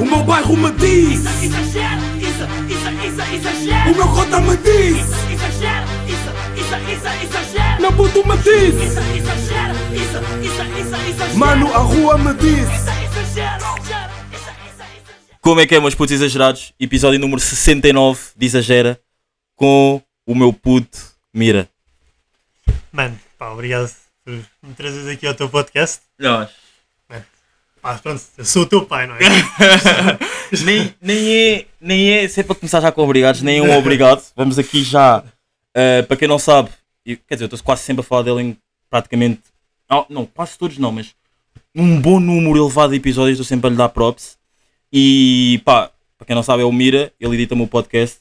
meu bairro me diz. Exagero, exagero. O meu cota me diz. Exagero, exagero. Meu puto me diz. Exagero, exagero. Mano, a rua me diz. Exagero. Como é que é, meus putos exagerados? Episódio número 69 de Exagera, com o meu puto Mira. Mano, pá, obrigado por me trazeres aqui ao teu podcast. Nós. Pá, pronto, eu sou o teu pai, não é? nem é, se é para começar já com obrigados, nem é um obrigado. Vamos aqui já, para quem não sabe, quer dizer, eu estou quase sempre a falar dele em praticamente, não, quase todos não, mas um bom número elevado de episódios, estou sempre a lhe dar props. E pá, para quem não sabe é o Mira, ele edita-me o podcast.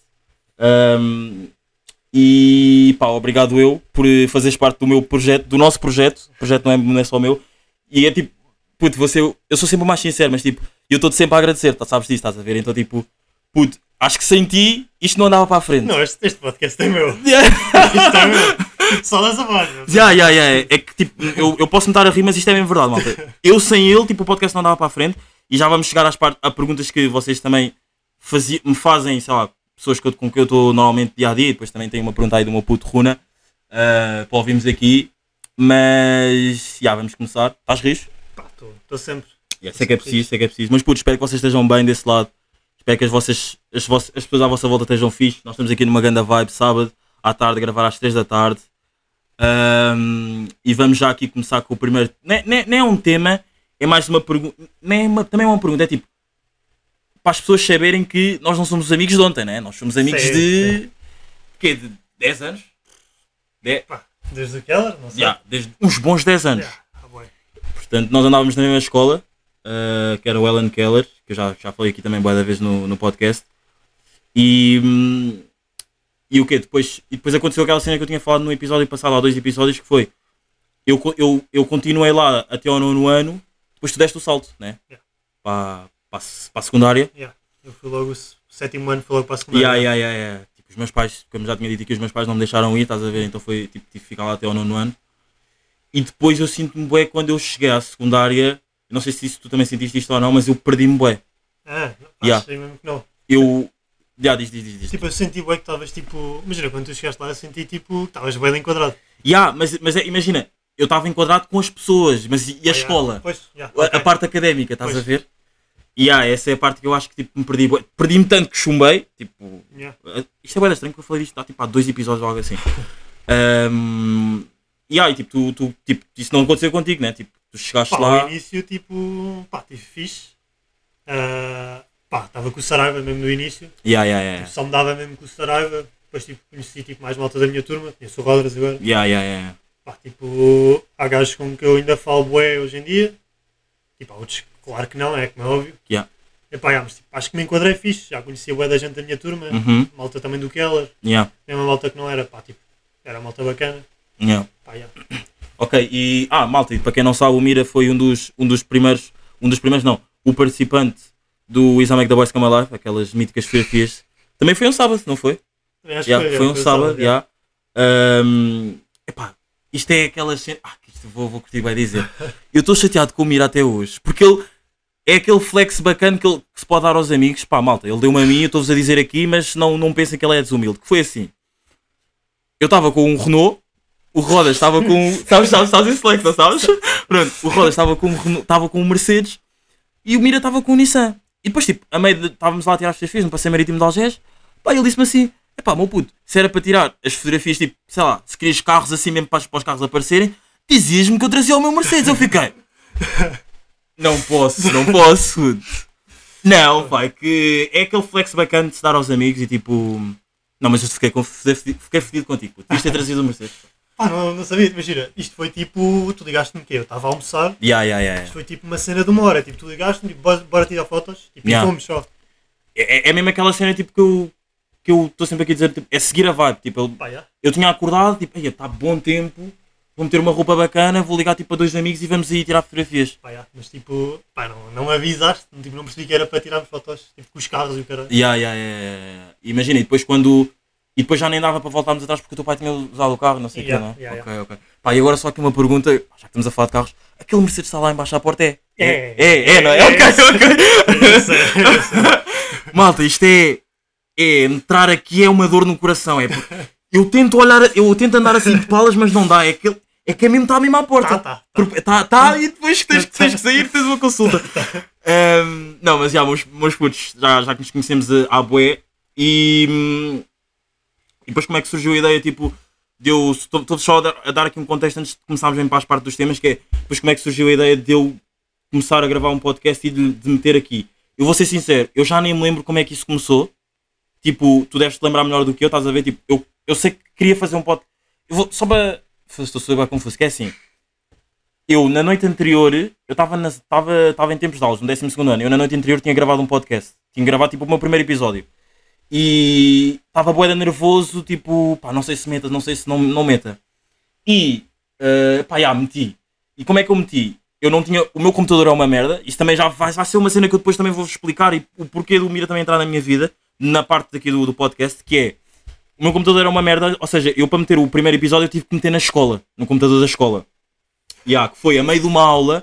E pá, obrigado eu por fazeres parte do meu projeto, do nosso projeto. O projeto não é só meu. E é tipo, puto, eu sou sempre o mais sincero, mas tipo, eu estou-te sempre a agradecer, sabes disso, estás a ver? Então tipo, puto, acho que sem ti isto não andava para a frente. Não, este podcast é meu. Isto é meu. Só dessa voz. É que tipo, eu posso me estar a rir, mas isto é mesmo verdade, malta. Eu sem ele, tipo, o podcast não andava para a frente. E já vamos chegar a perguntas que vocês também me fazem, sei lá, pessoas com quem eu estou normalmente dia a dia. E depois também tem uma pergunta aí do meu puto Runa, para ouvirmos aqui. Mas, já, vamos começar. Estás rijo? Pá, estou sempre. Sei que é preciso. Mas puto, espero que vocês estejam bem desse lado. Espero que as pessoas à vossa volta estejam fixe. Nós estamos aqui numa grande vibe, sábado, à tarde, a gravar às 3 da tarde. E vamos já aqui começar com o primeiro. Nem é um tema. É mais uma pergunta, também é uma pergunta, é tipo, para as pessoas saberem que nós não somos amigos de ontem, né? Nós somos amigos de 10 anos? Pá, desde o Keller, não sei. Desde uns bons 10 anos. Bem. Portanto, nós andávamos na mesma escola, que era o Ellen Keller, que eu já falei aqui também boa da vez no podcast. E o quê? Depois aconteceu aquela cena que eu tinha falado no episódio passado, há 2 episódios, que foi, eu continuei lá até ao 9º ano. Depois tu deste o salto, né? Para a secundária. Eu fui logo, o 7º ano foi logo para a secundária. Tipo, os meus pais, como já tinha dito aqui, os meus pais não me deixaram ir, estás a ver? Então foi, tipo, tive que ficar lá até ao 9º ano. E depois eu sinto-me bué quando eu cheguei à secundária, não sei se tu também sentiste isto ou não, mas eu perdi-me bué. Achei mesmo que não. Diz. Tipo, eu senti bué que estavas tipo, imagina, quando tu chegaste lá eu senti tipo, estavas bem enquadrado. Imagina, eu estava enquadrado com as pessoas, mas e a escola? A parte académica, estás a ver? Essa é a parte que eu acho que tipo, me perdi. Perdi-me tanto que chumbei. Tipo, isto é bem estranho que eu falei disto há 2 episódios ou algo assim. E tipo, tu tipo, isso não aconteceu contigo, né? Tipo, tu chegaste lá. No início, tipo, tive fixe. Estava com o Saraiva mesmo no início. Tipo, só me dava mesmo com o Saraiva. Depois tipo, conheci tipo, mais malta da minha turma. Conheço o Rodras agora. Tipo, há gajos com que eu ainda falo bué hoje em dia. Tipo, há outros, claro que não, como é óbvio. Mas tipo, acho que me enquadrei fixe. Já conhecia bué da gente da minha turma. Malta também do Keller. Mesmo a malta que não era, tipo, era malta bacana. Ok, e malta, e para quem não sabe, o Mira foi um dos primeiros não, o participante do Is I Make the Boys Come Alive, aquelas míticas fotografias. Também foi um sábado, não foi? Acho que foi um sábado. Isto é aquela cena. Isto vou curtir, vai dizer. Eu estou chateado com o Mira até hoje, porque ele é aquele flex bacana que se pode dar aos amigos. Pá, malta, ele deu-me a mim, eu estou-vos a dizer aqui, mas não pensem que ele é desumilde. Que foi assim. Eu estava com um Renault, o Rodas estava com. Sabes esse flex, não sabes? Pronto, o Rodas estava com um Mercedes e o Mira estava com um Nissan. E depois, tipo, estávamos lá a tirar as fotografias no passeio marítimo de Algés. Pá, ele disse-me assim: meu puto, se era para tirar as fotografias, tipo, sei lá, se querias carros assim mesmo para os carros aparecerem, dizias-me que eu trazia o meu Mercedes. Eu fiquei, não posso. Não, pai, que é aquele flex bacana de se dar aos amigos e tipo, não, mas eu fiquei fedido contigo, puto. Devias ter trazido o Mercedes. Não sabia, imagina, isto foi tipo, tu ligaste-me que eu estava a almoçar. Isto foi tipo uma cena de uma hora, tipo, tu ligaste-me, tipo, bora tirar fotos, tipo, e fomos só. É mesmo aquela cena, tipo, que eu estou sempre aqui a dizer, tipo, é seguir a vibe, tipo, eu tinha acordado, tipo, está bom tempo, vou meter uma roupa bacana, vou ligar, tipo, a 2 amigos e vamos aí tirar fotografias. Mas tipo, não avisaste, tipo, não percebi que era para tirarmos fotos, tipo, com os carros e o caralho. Imagina, e depois quando E depois já nem dava para voltarmos atrás porque o teu pai tinha usado o carro, não sei o Yeah, que, não é? yeah, Ok. Pá, e agora só aqui uma pergunta, já que estamos a falar de carros, aquele Mercedes está lá embaixo à porta é? Não é? Ok. Eu sei. Malta, isto é entrar aqui é uma dor no coração, é porque eu tento andar assim de palas, mas não dá, é que mesmo está mesmo à porta. Tá e depois tens que sair, tens uma consulta. Não, mas já, meus putos, já que nos conhecemos à bué, e depois como é que surgiu a ideia, tipo, estou só a dar aqui um contexto antes de começarmos bem para as partes dos temas, que é, depois como é que surgiu a ideia de eu começar a gravar um podcast e de meter aqui. Eu vou ser sincero, eu já nem me lembro como é que isso começou, tipo, tu deves te lembrar melhor do que eu, estás a ver, tipo, eu sei que queria fazer um podcast, só para, estou a ser bem confuso, que é assim, eu na noite anterior, eu estava em tempos de aulas, no 12º ano, eu na noite anterior tinha gravado um podcast, tinha gravado tipo o meu primeiro episódio. E estava bué de nervoso, tipo, pá, não sei se meta, não sei se não meta. E, meti. E como é que eu meti? Eu não tinha, o meu computador é uma merda, isso também já vai ser uma cena que eu depois também vou explicar e o porquê do Mira também entrar na minha vida, na parte daqui do podcast, que é, o meu computador era uma merda, ou seja, eu para meter o primeiro episódio eu tive que meter na escola, no computador da escola. Que foi a meio de uma aula.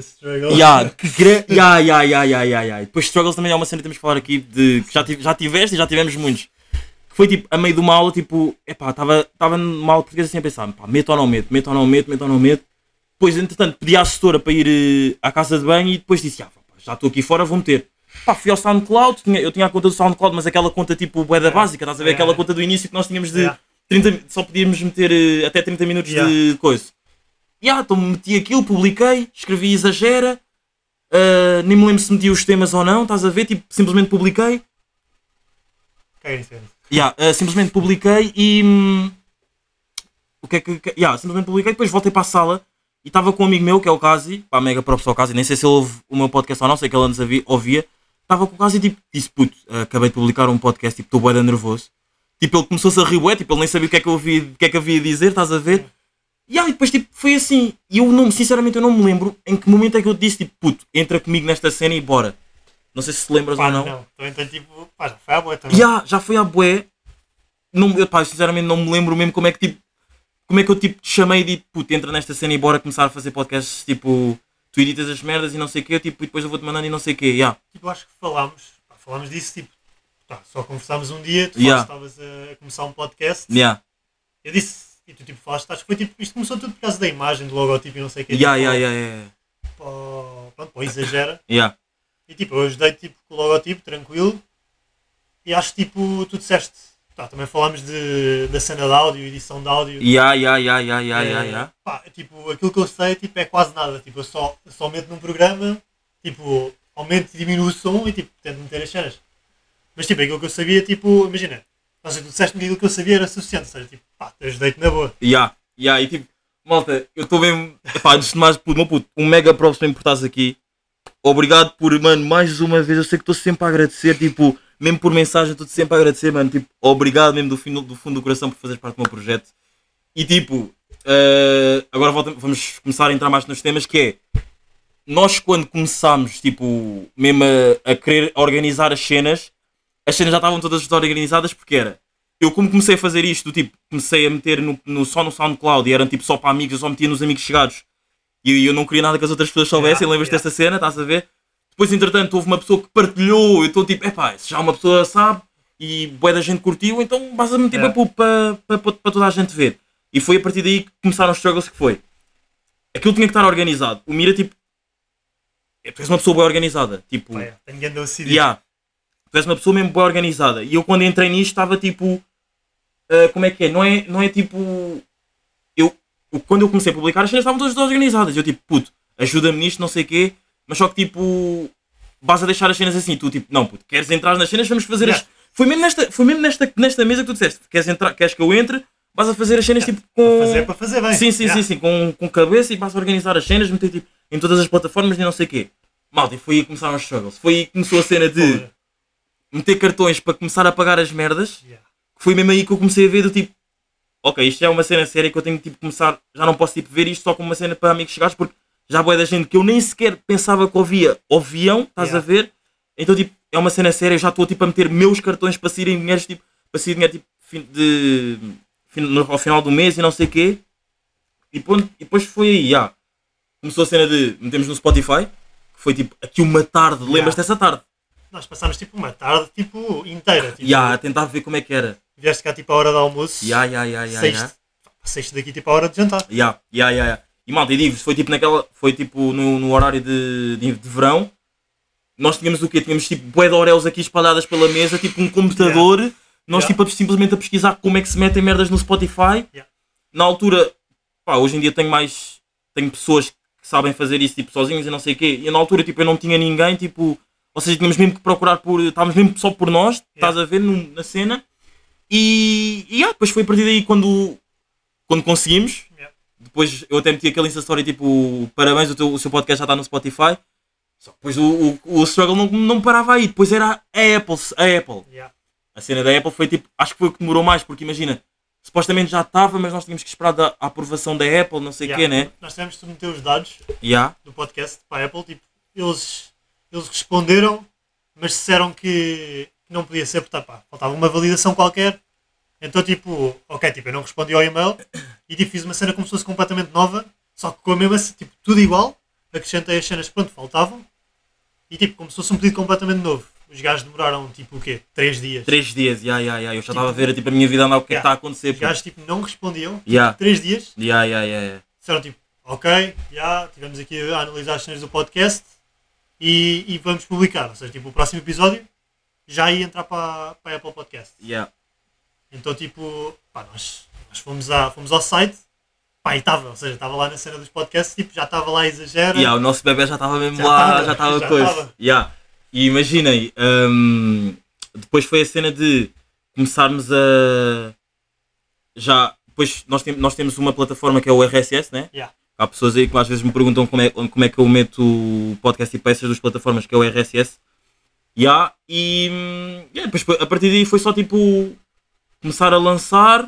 Depois struggles também é uma cena que temos que falar aqui de que já tiveste e já tivemos muitos. Que foi tipo, a meio de uma aula, tipo, estava numa aula portuguesa assim a pensar, pá, meto ou não meto. Depois, entretanto, pedi à assessora para ir à casa de banho e depois disse, já estou aqui fora, vou meter. Pá, fui ao SoundCloud, eu tinha a conta do SoundCloud, mas aquela conta tipo bué da básica, estás a ver? Aquela conta do início que nós tínhamos de 30, só podíamos meter até 30 minutos de coisa. Então meti aquilo, publiquei, escrevi exagera, nem me lembro se meti os temas ou não, estás a ver, tipo, simplesmente publiquei. Simplesmente publiquei e... simplesmente publiquei, depois voltei para a sala e estava com um amigo meu, que é o Kazi, pá, mega props ao Kazi, nem sei se ele ouve o meu podcast ou não, sei que ele antes ouvia, estava com o Kazi e tipo, disse, puto, acabei de publicar um podcast, tipo, estou bué de nervoso. Tipo, ele começou-se a rir bué, tipo, ele nem sabia o que é que havia a dizer, estás a ver? E depois tipo, foi assim, e sinceramente eu não me lembro em que momento é que eu disse tipo, puto, entra comigo nesta cena e bora. Não sei se te lembras ou não. Não, então tipo, já foi à bué também. Já foi à bué. Eu sinceramente não me lembro mesmo como é que eu tipo te chamei e disse, puto, entra nesta cena e bora começar a fazer podcasts, tipo, tu editas as merdas e não sei o quê, tipo, e depois eu vou-te mandando e não sei o quê, Tipo, acho que falámos disso, tipo, só conversámos um dia, tu estavas a começar um podcast. Eu disse... E tu tipo falaste, acho que foi tipo, isto começou tudo por causa da imagem, do logotipo e não sei o que. Pronto, exagera. E tipo, eu ajudei tipo com o logotipo, tranquilo. E acho que tipo, tu disseste, também falámos da cena de áudio, edição de áudio. Tipo, aquilo que eu sei tipo, é quase nada. Tipo, eu só meto num programa, tipo, aumento e diminuo o som e tipo, tento meter as cenas. Mas tipo, aquilo que eu sabia, tipo, imagina. Ou seja, tu disseste-me que aquilo que eu sabia era suficiente, ou seja, tipo, te ajudei-te na boa. E tipo, malta, eu estou mesmo, antes de mais, meu puto, um mega props mesmo por estás aqui. Obrigado por, mano, mais uma vez, eu sei que estou sempre a agradecer, tipo, mesmo por mensagem, estou sempre a agradecer, mano, tipo, obrigado mesmo do fundo do coração por fazeres parte do meu projeto. E tipo, agora vamos começar a entrar mais nos temas, que é, nós quando começámos, tipo, mesmo a querer organizar as cenas já estavam todas organizadas porque era, eu como comecei a fazer isto, tipo, comecei a meter só no SoundCloud e eram tipo só para amigos, eu só metia nos amigos chegados e eu não queria nada que as outras pessoas soubessem, lembras desta cena, estás a ver? Depois entretanto houve uma pessoa que partilhou, eu estou tipo, se já uma pessoa sabe e bué da gente curtiu, então basta meter para toda a gente ver. E foi a partir daí que começaram os struggles, que foi, aquilo tinha que estar organizado, o Mira tipo, tu és uma pessoa bem organizada, tipo, tenho grande OCD. Tu és uma pessoa mesmo bem organizada. E eu quando entrei nisto estava tipo... como é que é? Não é tipo... Quando eu comecei a publicar as cenas estavam todas organizadas. Eu tipo, puto, ajuda-me nisto, não sei o quê. Mas só que tipo... Vas a deixar as cenas assim. Tu tipo, não puto, queres entrar nas cenas, vamos fazer as... Foi mesmo nesta mesa que tu disseste. Queres que eu entre? Vas a fazer as cenas tipo com... Para fazer bem. Sim. Com cabeça e vas a organizar as cenas, meter tipo em todas as plataformas e não sei o quê. Malta, e foi aí que começaram os struggles. Foi aí que começou a cena de... meter cartões para começar a pagar as merdas, foi mesmo aí que eu comecei a ver do tipo, ok, isto já é uma cena séria que eu tenho que tipo, começar, já não posso tipo, ver isto só como uma cena para amigos chegados, porque já boa da gente que eu nem sequer pensava que ouviam, estás a ver? Então tipo, é uma cena séria, eu já estou tipo, a meter meus cartões para saírem dinheiro, tipo, ao final do mês e não sei o quê. E depois foi aí, começou a cena de metemos no Spotify, que foi tipo aqui uma tarde, lembras-te dessa tarde? Nós passámos tipo uma tarde tipo inteira. Tipo, a tentar ver como é que era. Vieste cá tipo a hora do almoço. Saíste daqui tipo a hora de jantar. E malta, e digo-vos, foi tipo no horário de verão. Nós tínhamos o quê? Tínhamos tipo bué de Oreos aqui espalhadas pela mesa, tipo um computador. Nós tipo simplesmente a pesquisar como é que se metem merdas no Spotify. Na altura, hoje em dia tenho pessoas que sabem fazer isso tipo sozinhos e não sei o quê. E na altura tipo eu não tinha ninguém, tipo, ou seja, tínhamos mesmo que procurar estávamos mesmo só por nós, estás a ver na cena. E depois foi a partir daí quando conseguimos. Depois eu até meti aquele Insta Story tipo, parabéns, o seu podcast já está no Spotify. Só depois o struggle não parava aí. Depois era a Apple. A cena da Apple foi tipo, acho que foi o que demorou mais, porque imagina, supostamente já estava, mas nós tínhamos que esperar a aprovação da Apple, não sei o quê, né? Nós tivemos de meter os dados do podcast para a Apple, tipo, eles responderam, mas disseram que não podia ser, porque faltava uma validação qualquer. Então tipo, eu não respondi ao e-mail e tipo, fiz uma cena como se fosse completamente nova, só que com a mesma, tipo, tudo igual, acrescentei as cenas que pronto, faltavam e tipo, como se fosse um pedido completamente novo. Os gajos demoraram tipo o quê? 3 dias. 3 dias, eu já estava a ver tipo, a minha vida andar, o que é que está a acontecer. Os gajos tipo, não respondiam, 3 dias. Disseram tipo, ok, estivemos aqui a analisar as cenas do podcast e vamos publicar. Ou seja, tipo, o próximo episódio já ia entrar para a Apple Podcast. Então tipo, nós fomos ao site, e estava lá na cena dos podcasts, tipo, já estava lá exagero. O nosso bebê já estava mesmo lá, já estava coisa. E imaginem, depois foi a cena de começarmos depois nós temos uma plataforma que é o RSS, né? Há pessoas aí que às vezes me perguntam como é que eu meto o podcast e peças das plataformas, que é o RSS. Depois a partir daí foi só tipo começar a lançar.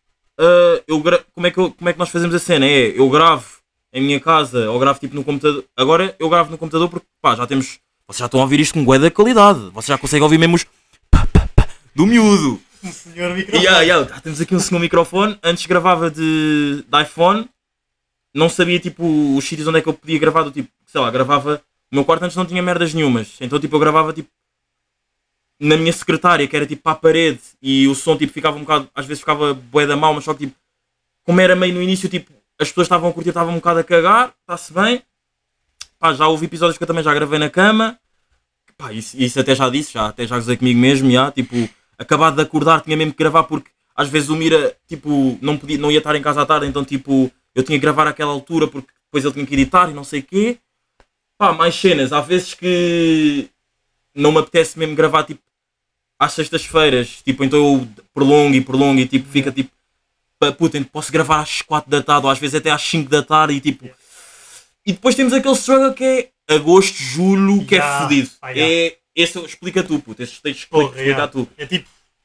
Como é que nós fazemos a cena? Eu gravo em minha casa ou gravo tipo no computador. Agora eu gravo no computador porque já temos. Vocês já estão a ouvir isto com bué da qualidade. Vocês já conseguem ouvir mesmo os do miúdo. Um senhor microfone. Temos aqui um senhor microfone. Antes gravava de iPhone. Não sabia tipo os sítios onde é que eu podia gravar. Do tipo, sei lá, gravava. O meu quarto antes não tinha merdas nenhumas. Então tipo eu gravava tipo na minha secretária, que era tipo para a parede. E o som tipo ficava um bocado. Às vezes ficava bué da mal, mas só que tipo. Como era meio no início, tipo, as pessoas estavam a curtir, estavam um bocado a cagar. Está-se bem. Já houve episódios que eu também já gravei na cama. Isso até já disse, até já gozei comigo mesmo, tipo, acabado de acordar, tinha mesmo que gravar porque às vezes o Mira, tipo, não ia estar em casa à tarde, então tipo, eu tinha que gravar àquela altura porque depois ele tinha que editar e não sei o quê. Mais cenas, há vezes que não me apetece mesmo gravar, tipo, às sextas-feiras, tipo, então eu prolongo e tipo, fica tipo, puta, posso gravar às 4 da tarde ou às vezes até às 5 da tarde e tipo... E depois temos aquele struggle que é agosto, julho, que é fodido. Esse explica tu, puto. Esse tens de explicar tu. É tipo,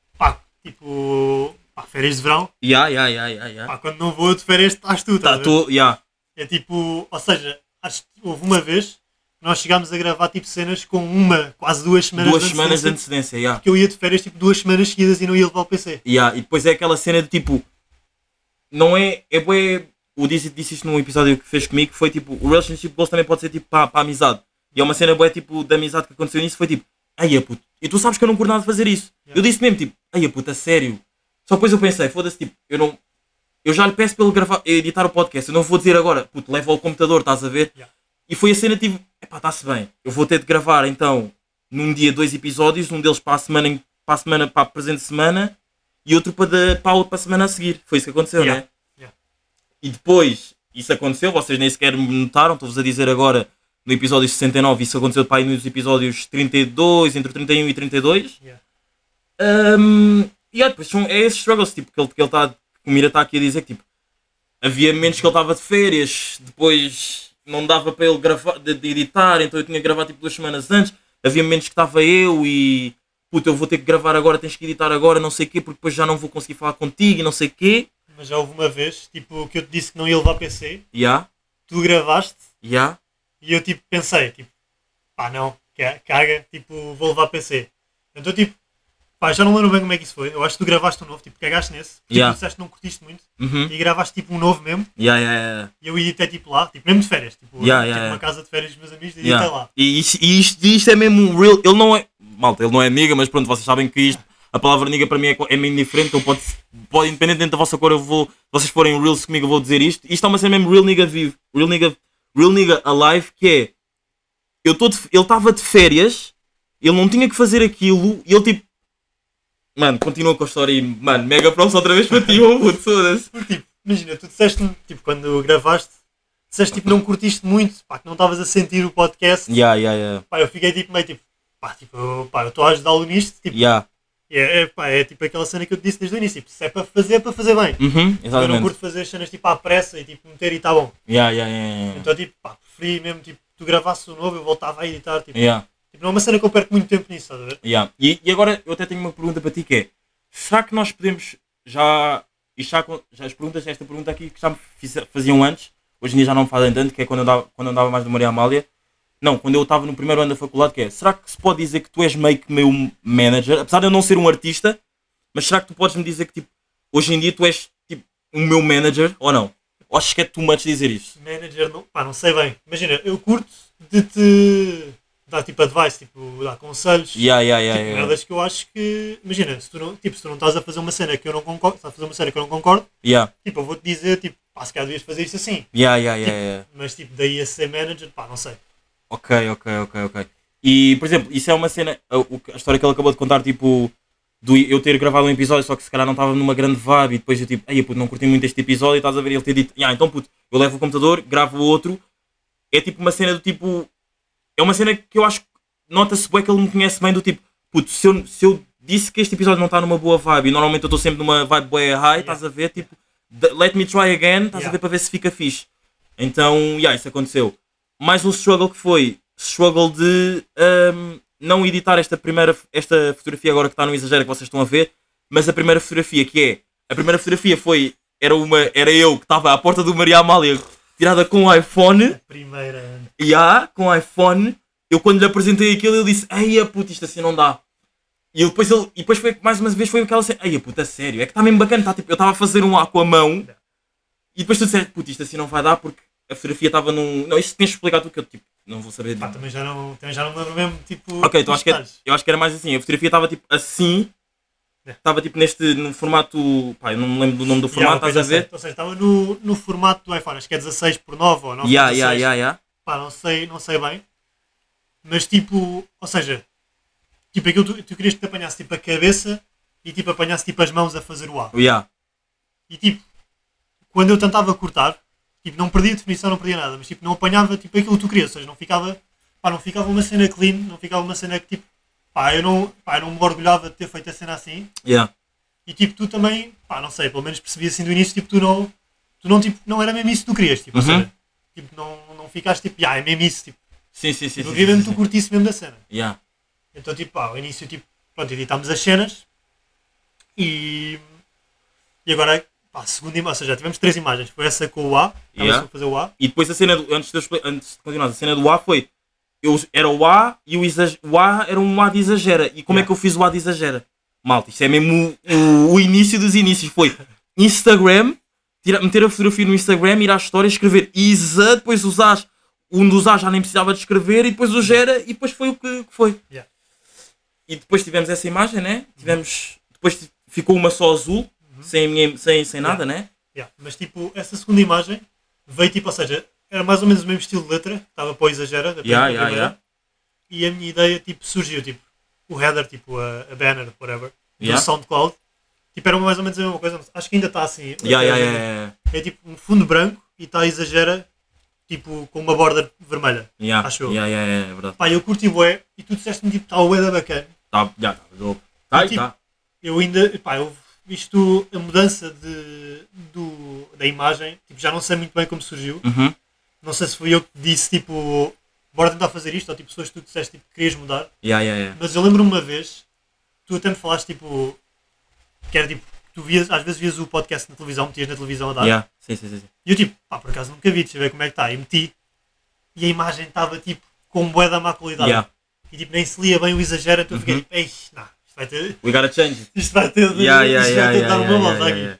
férias de verão. Quando não vou de férias, estás tu, É tipo, ou seja, acho que houve uma vez que nós chegámos a gravar tipo cenas com quase 2 semanas de antecedência. 2 semanas de antecedência, Porque eu ia de férias tipo 2 semanas seguidas e não ia levar o PC. E depois é aquela cena de tipo, não é bué. O disse isto num episódio que fez comigo, que foi tipo, o relationship goals também pode ser tipo para a amizade. E é uma cena boa tipo da amizade que aconteceu nisso, foi tipo, puto, e tu sabes que eu não curto nada de fazer isso. Eu disse mesmo tipo, puto, a sério. Só depois eu pensei, foda-se, tipo, eu já lhe peço para ele editar o podcast, eu não vou dizer agora, puto, leva ao computador, estás a ver? E foi a cena tipo, está-se bem, eu vou ter de gravar então, num dia 2 episódios, um deles para a presente semana, e outro para a semana a seguir. Foi isso que aconteceu, né? E depois, isso aconteceu, vocês nem sequer me notaram, estou-vos a dizer agora, no episódio 69, isso aconteceu para aí nos episódios 32, entre 31 e 32. Depois é esses struggles, tipo, que ele está, o Mira está aqui a dizer que tipo, havia momentos que ele estava de férias, depois não dava para ele gravar, de editar, então eu tinha que gravar tipo 2 semanas antes, havia momentos que estava eu e, puto, eu vou ter que gravar agora, tens que editar agora, não sei o quê, porque depois já não vou conseguir falar contigo e não sei o quê. Mas já houve uma vez, tipo, que eu te disse que não ia levar PC. Tu gravaste. E eu, tipo, pensei, tipo, não, caga, tipo, vou levar PC. Então, tipo, Pá, já não lembro bem como é que isso foi. Eu acho que tu gravaste um novo, tipo, cagaste nesse. Tipo, tu disseste que não curtiste muito. E gravaste tipo um novo mesmo. E eu editei tipo lá, tipo, mesmo de férias. Tipo, uma casa de férias dos meus amigos e editei lá. E isto é mesmo um real. Ele não é. Malta, ele não é nigga, mas pronto, vocês sabem que isto. A palavra nigga para mim é meio indiferente. Então pode, independentemente da vossa cor, se vocês forem reals comigo, eu vou dizer isto. Isto é uma cena mesmo real nigga vivo. Real nigga alive, que é. Ele estava de férias, ele não tinha que fazer aquilo e ele tipo. Mano, continua com a história e, mano, mega props outra vez para ti, puto, foda-se. Tipo, imagina, tu disseste, tipo, quando gravaste, disseste, tipo, não curtiste muito, pá, que não estavas a sentir o podcast. Pá, eu fiquei, tipo, meio, tipo, eu estou a ajudá-lo nisto, tipo, é tipo aquela cena que eu te disse desde o início, tipo, se é para fazer bem. Exatamente. Eu não curto fazer as cenas, tipo, à pressa e, tipo, meter e está bom. Então, tipo, pá, preferi mesmo, tipo, tu gravasses o novo, eu voltava a editar, tipo... Tipo, não é uma cena que eu perco muito tempo nisso, estás a ver? E agora eu até tenho uma pergunta para ti que é: será que nós podemos já as perguntas, esta pergunta aqui que já me faziam antes, hoje em dia já não me fazem tanto, que é quando eu andava mais do Maria Amália. Não, quando eu estava no primeiro ano da faculdade, que é: será que se pode dizer que tu és meio que meu manager, apesar de eu não ser um artista, mas será que tu podes me dizer que tipo, hoje em dia tu és tipo o meu manager ou não? Ou achas que é too much dizer isto? Manager, não sei bem. Imagina, eu curto de te... dar tipo advice, tipo, dar conselhos, merdas que eu acho que, imagina, se tu não estás a fazer uma cena que eu não concordo, tipo, eu vou-te dizer, tipo, pá, se calhar devias fazer isto assim. Mas tipo, daí a ser manager, pá, não sei. Ok. E, por exemplo, isso é uma cena, a história que ele acabou de contar, tipo, do eu ter gravado um episódio, só que se calhar não estava numa grande vibe, e depois eu tipo, puto, não curti muito este episódio, e estás a ver ele ter dito, então puto, eu levo o computador, gravo outro, é tipo uma cena do tipo... É uma cena que eu acho que nota-se bem que ele me conhece bem do tipo, puto, se eu disse que este episódio não está numa boa vibe e normalmente eu estou sempre numa vibe boa high, estás a ver, tipo, let me try again, estás a ver para ver se fica fixe. Então, isso aconteceu. Mais um struggle que foi, de não editar esta fotografia agora que está no exagero que vocês estão a ver, mas a primeira fotografia era eu que estava à porta do Maria Amália, tirada com o iPhone. A primeira. Com o iPhone. Eu quando lhe apresentei aquilo, ele disse, puto, isto assim não dá. E depois foi, mais uma vez, foi aquela cena, puto, a sério, é que está mesmo bacana, tá, tipo, eu estava a fazer um A com a mão, e depois tu disseste, puto, isto assim não vai dar, porque a fotografia estava num... Não, isto tens de explicar tu, que eu, tipo, não vou saber. Pá, também já não me lembro mesmo, tipo... Ok, então eu acho que era mais assim, a fotografia estava, tipo, assim... Estava tipo no formato. Pá, eu não me lembro do nome do formato, estás a ver? Ou seja, estava no formato do iPhone, acho que é 16:9 ou 9:16. Pá, não sei bem. Mas tipo, ou seja, tipo aquilo tu querias que te apanhasse tipo a cabeça e tipo apanhasse tipo as mãos a fazer o A. E tipo, quando eu tentava cortar, tipo, não perdia definição, não perdia nada, mas tipo, não apanhava tipo aquilo que tu querias, ou seja, não ficava uma cena clean, não ficava uma cena que tipo. Eu não me orgulhava de ter feito a cena assim. E tipo, tu também, não sei, pelo menos percebi assim do início, tipo, tu não, tipo, não era mesmo isso que tu querias, tipo, ou seja, tipo, não ficaste tipo, é mesmo isso, tipo. Sim. Tu queria mesmo tu curtisse mesmo da cena. Então, tipo, ao início, tipo, pronto, editámos as cenas e agora, a segunda imagem, ou seja, tivemos 3 imagens, foi essa com o A, estávamos a fazer o A. E depois a cena, antes de continuar, a cena do A foi... Era o A e o A era um A de exagera. E como é que eu fiz o A de exagera? Malta, isto é mesmo o início dos inícios. Foi Instagram, meter a fotografia no Instagram, ir à história, escrever Isa, depois usar um dos A já nem precisava de escrever, e depois o gera, e depois foi o que foi. E depois tivemos essa imagem, né? Depois ficou uma só azul, sem nada, né? Mas tipo, essa segunda imagem veio tipo, ou seja, era mais ou menos o mesmo estilo de letra, estava para o exagera, da primeira. E a minha ideia tipo, surgiu, tipo, o header, tipo, a banner, whatever, do SoundCloud, tipo, era mais ou menos a mesma coisa, acho que ainda está assim. É tipo um fundo branco e está a exagera, tipo, com uma borda vermelha, acho eu. É verdade. Pá, eu curti bué, e tu disseste-me, tipo, está o bué da bacana. Tá. Eu ainda, isto, a mudança da imagem, tipo, já não sei muito bem como surgiu. Não sei se fui eu que disse, tipo, bora tentar fazer isto, ou tipo, pessoas que tu disseste tipo, que querias mudar. Mas eu lembro-me uma vez, tu até me falaste, tipo, que era tipo, às vezes vias o podcast na televisão, metias na televisão a dar. Sim. E eu tipo, por acaso nunca vi, deixa eu ver como é que está. E meti, e a imagem estava tipo, com bué da má qualidade. E tipo, nem se lia bem o exagero, então eu fiquei tipo, isto vai ter... We gotta change it. Isto vai ter de dar uma volta aqui.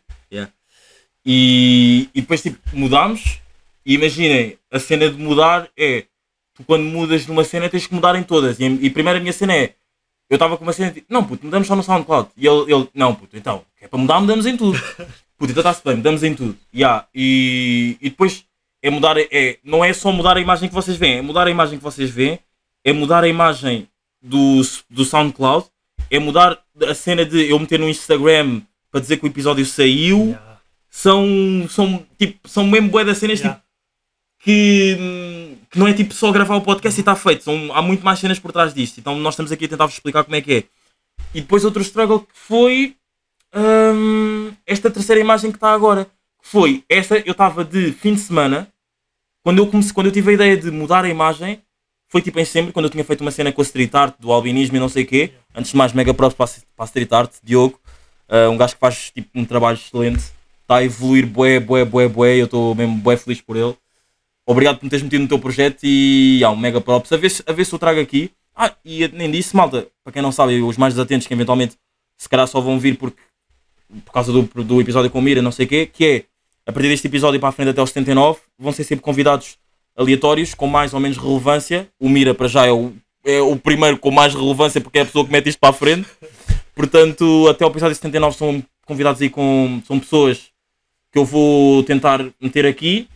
E depois tipo, mudámos. E imaginem, a cena de mudar é... Tu quando mudas numa cena tens que mudar em todas. E primeiro a minha cena é... Eu estava com uma cena tipo... Não puto, mudamos só no SoundCloud. E ele não puto, então... É para mudar, mudamos em tudo. Puto, então está-se bem, mudamos em tudo. E depois é mudar... não é só mudar a imagem que vocês veem. É mudar a imagem que vocês veem. É mudar a imagem do SoundCloud. É mudar a cena de eu meter no Instagram para dizer que o episódio saiu. São mesmo bué das cenas tipo, que não é tipo só gravar o podcast e está feito. Há muito mais cenas por trás disto. Então nós estamos aqui a tentar-vos explicar como é que é. E depois outro struggle que foi esta terceira imagem que está agora. Que foi esta, eu estava de fim de semana. Quando eu tive a ideia de mudar a imagem, foi tipo em setembro, quando eu tinha feito uma cena com a street art, do albinismo e não sei o quê. Antes de mais, mega props para a street art, Diogo. Um gajo que faz tipo, um trabalho excelente. Está a evoluir bué. Eu estou mesmo bué feliz por ele. Obrigado por me teres metido no teu projeto e um mega props. A ver se eu trago aqui. E nem disse, malta, para quem não sabe, os mais desatentos que eventualmente se calhar só vão vir por causa do episódio com o Mira, não sei o quê, que é, a partir deste episódio para a frente até o 79, vão ser sempre convidados aleatórios, com mais ou menos relevância. O Mira para já é o primeiro com mais relevância porque é a pessoa que mete isto para a frente. Portanto, até o episódio 79 são convidados aí são pessoas que eu vou tentar meter aqui.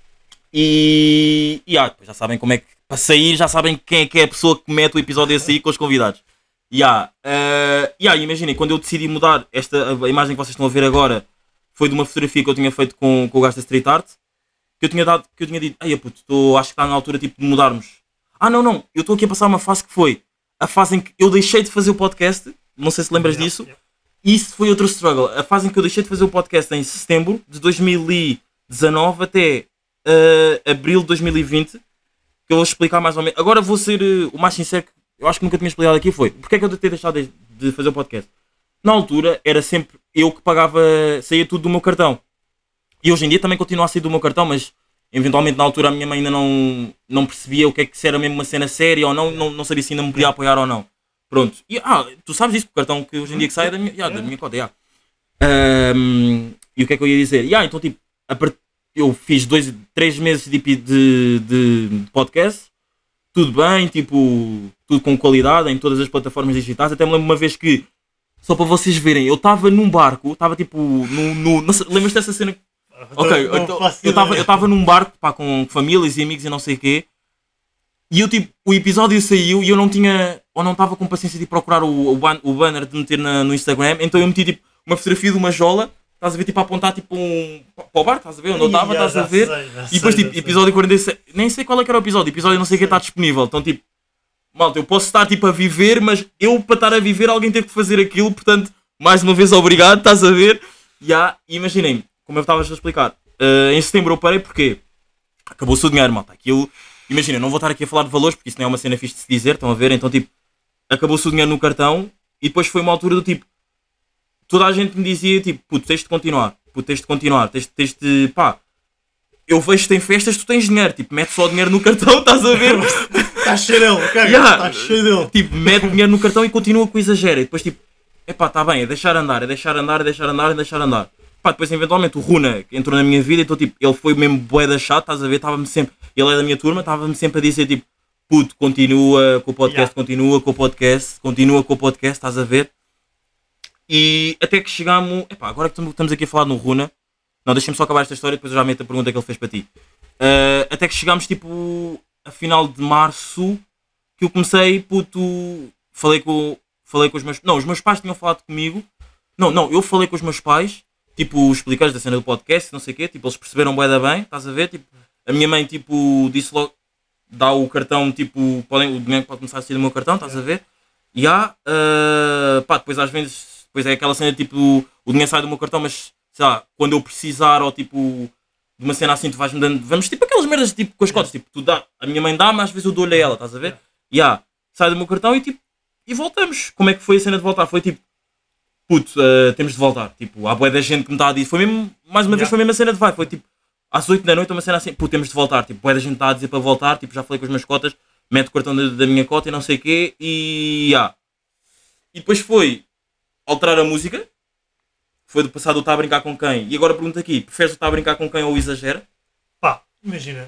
E já sabem como é que, para sair, já sabem quem é que é a pessoa que mete o episódio a sair com os convidados. Imaginem, quando eu decidi mudar a imagem que vocês estão a ver agora, foi de uma fotografia que eu tinha feito com o gajo da Street Art, que eu tinha dito, acho que está na altura tipo, de mudarmos. Não, eu estou aqui a passar uma fase que foi a fase em que eu deixei de fazer o podcast, não sei se lembras disso. Isso foi outro struggle. A fase em que eu deixei de fazer o podcast em setembro de 2019 até abril de 2020, que eu vou explicar mais ou menos. Agora vou ser o mais sincero, que eu acho que nunca tinha explicado aqui, foi porque é que eu ter deixado de fazer o podcast. Na altura era sempre eu que pagava, saía tudo do meu cartão. E hoje em dia também continua a sair do meu cartão, mas eventualmente na altura a minha mãe ainda não percebia o que é que se era mesmo uma cena séria ou não sabia se ainda me podia apoiar ou não. Pronto. E tu sabes isso, o cartão que hoje em dia que sai é da minha conta. E o que é que eu ia dizer? Então tipo, eu fiz 3 meses de podcast, tudo bem, tipo, tudo com qualidade em todas as plataformas digitais. Até me lembro uma vez que, só para vocês verem, eu estava num barco, estava tipo lembras-te dessa cena? Ok, eu estava num barco com famílias e amigos e não sei o quê. E eu tipo, o episódio saiu e eu não estava com paciência de procurar o banner de meter no Instagram, então eu meti tipo uma fotografia de uma jola, estás a ver, tipo a apontar tipo para o bar, estás a ver onde eu estava, estás a ver, e depois tipo, episódio 46, nem sei qual é que era o episódio não sei o que está disponível, então tipo, malta, eu posso estar tipo a viver, mas eu para estar a viver alguém teve que fazer aquilo, portanto, mais uma vez obrigado, estás a ver, imaginem, como eu estava a explicar, em setembro eu parei porque acabou-se o dinheiro, malta, aquilo. Imagina, não vou estar aqui a falar de valores porque isso não é uma cena fixe de se dizer, estão a ver? Então, tipo, acabou-se o dinheiro no cartão e depois foi uma altura do tipo, toda a gente me dizia, tipo, puto, tens de continuar, tens de, pá, eu vejo-te em festas, tu tens dinheiro, tipo, mete só dinheiro no cartão, estás a ver? Está cheio dele, está cheio dele. Tipo, mete dinheiro no cartão e continua com o exagero. E depois, tipo, está bem, é deixar andar. Pá, depois eventualmente o Runa entrou na minha vida, então tipo, ele foi mesmo bué da chato, estás a ver, estava-me sempre, ele é da minha turma, estava-me sempre a dizer tipo, puto, continua com o podcast, continua com o podcast, estás a ver? E até que chegámos, agora que estamos aqui a falar no Runa, não, deixa-me só acabar esta história, depois eu já meto a pergunta que ele fez para ti. Até que chegámos tipo, a final de março, que eu comecei, puto, falei com os meus, os meus pais tinham falado comigo, eu falei com os meus pais, tipo, explicar-lhes da cena do podcast, não sei o quê, tipo, eles perceberam bué da bem, estás a ver, tipo, a minha mãe, tipo, disse logo, dá o cartão, tipo, o dinheiro pode começar a sair do meu cartão, estás a ver, depois às vezes, depois é aquela cena, tipo, o dinheiro sai do meu cartão, mas, sei lá, quando eu precisar, ou tipo, de uma cena assim, tu vais-me dando, vamos, tipo, aquelas merdas, tipo, com as cotas, tipo, tu dá, a minha mãe dá, mas às vezes eu dou-lhe a ela, estás a ver, sai do meu cartão e, tipo, e voltamos, como é que foi a cena de voltar, foi, tipo, puto, temos de voltar, tipo, há bué da gente que me está a dizer, foi mesmo, mais uma vez foi mesmo a cena de vai, foi tipo, às 8 da noite uma cena assim, puto, temos de voltar, tipo, bué da gente está a dizer para voltar, tipo, já falei com as minhas cotas, mete o cartão da minha cota e não sei o quê, e E depois foi alterar a música. Foi do passado o Está a Brincar com Quem. E agora pergunto aqui, preferes o Está a Brincar com Quem ou o Exagera? Pá, imagina.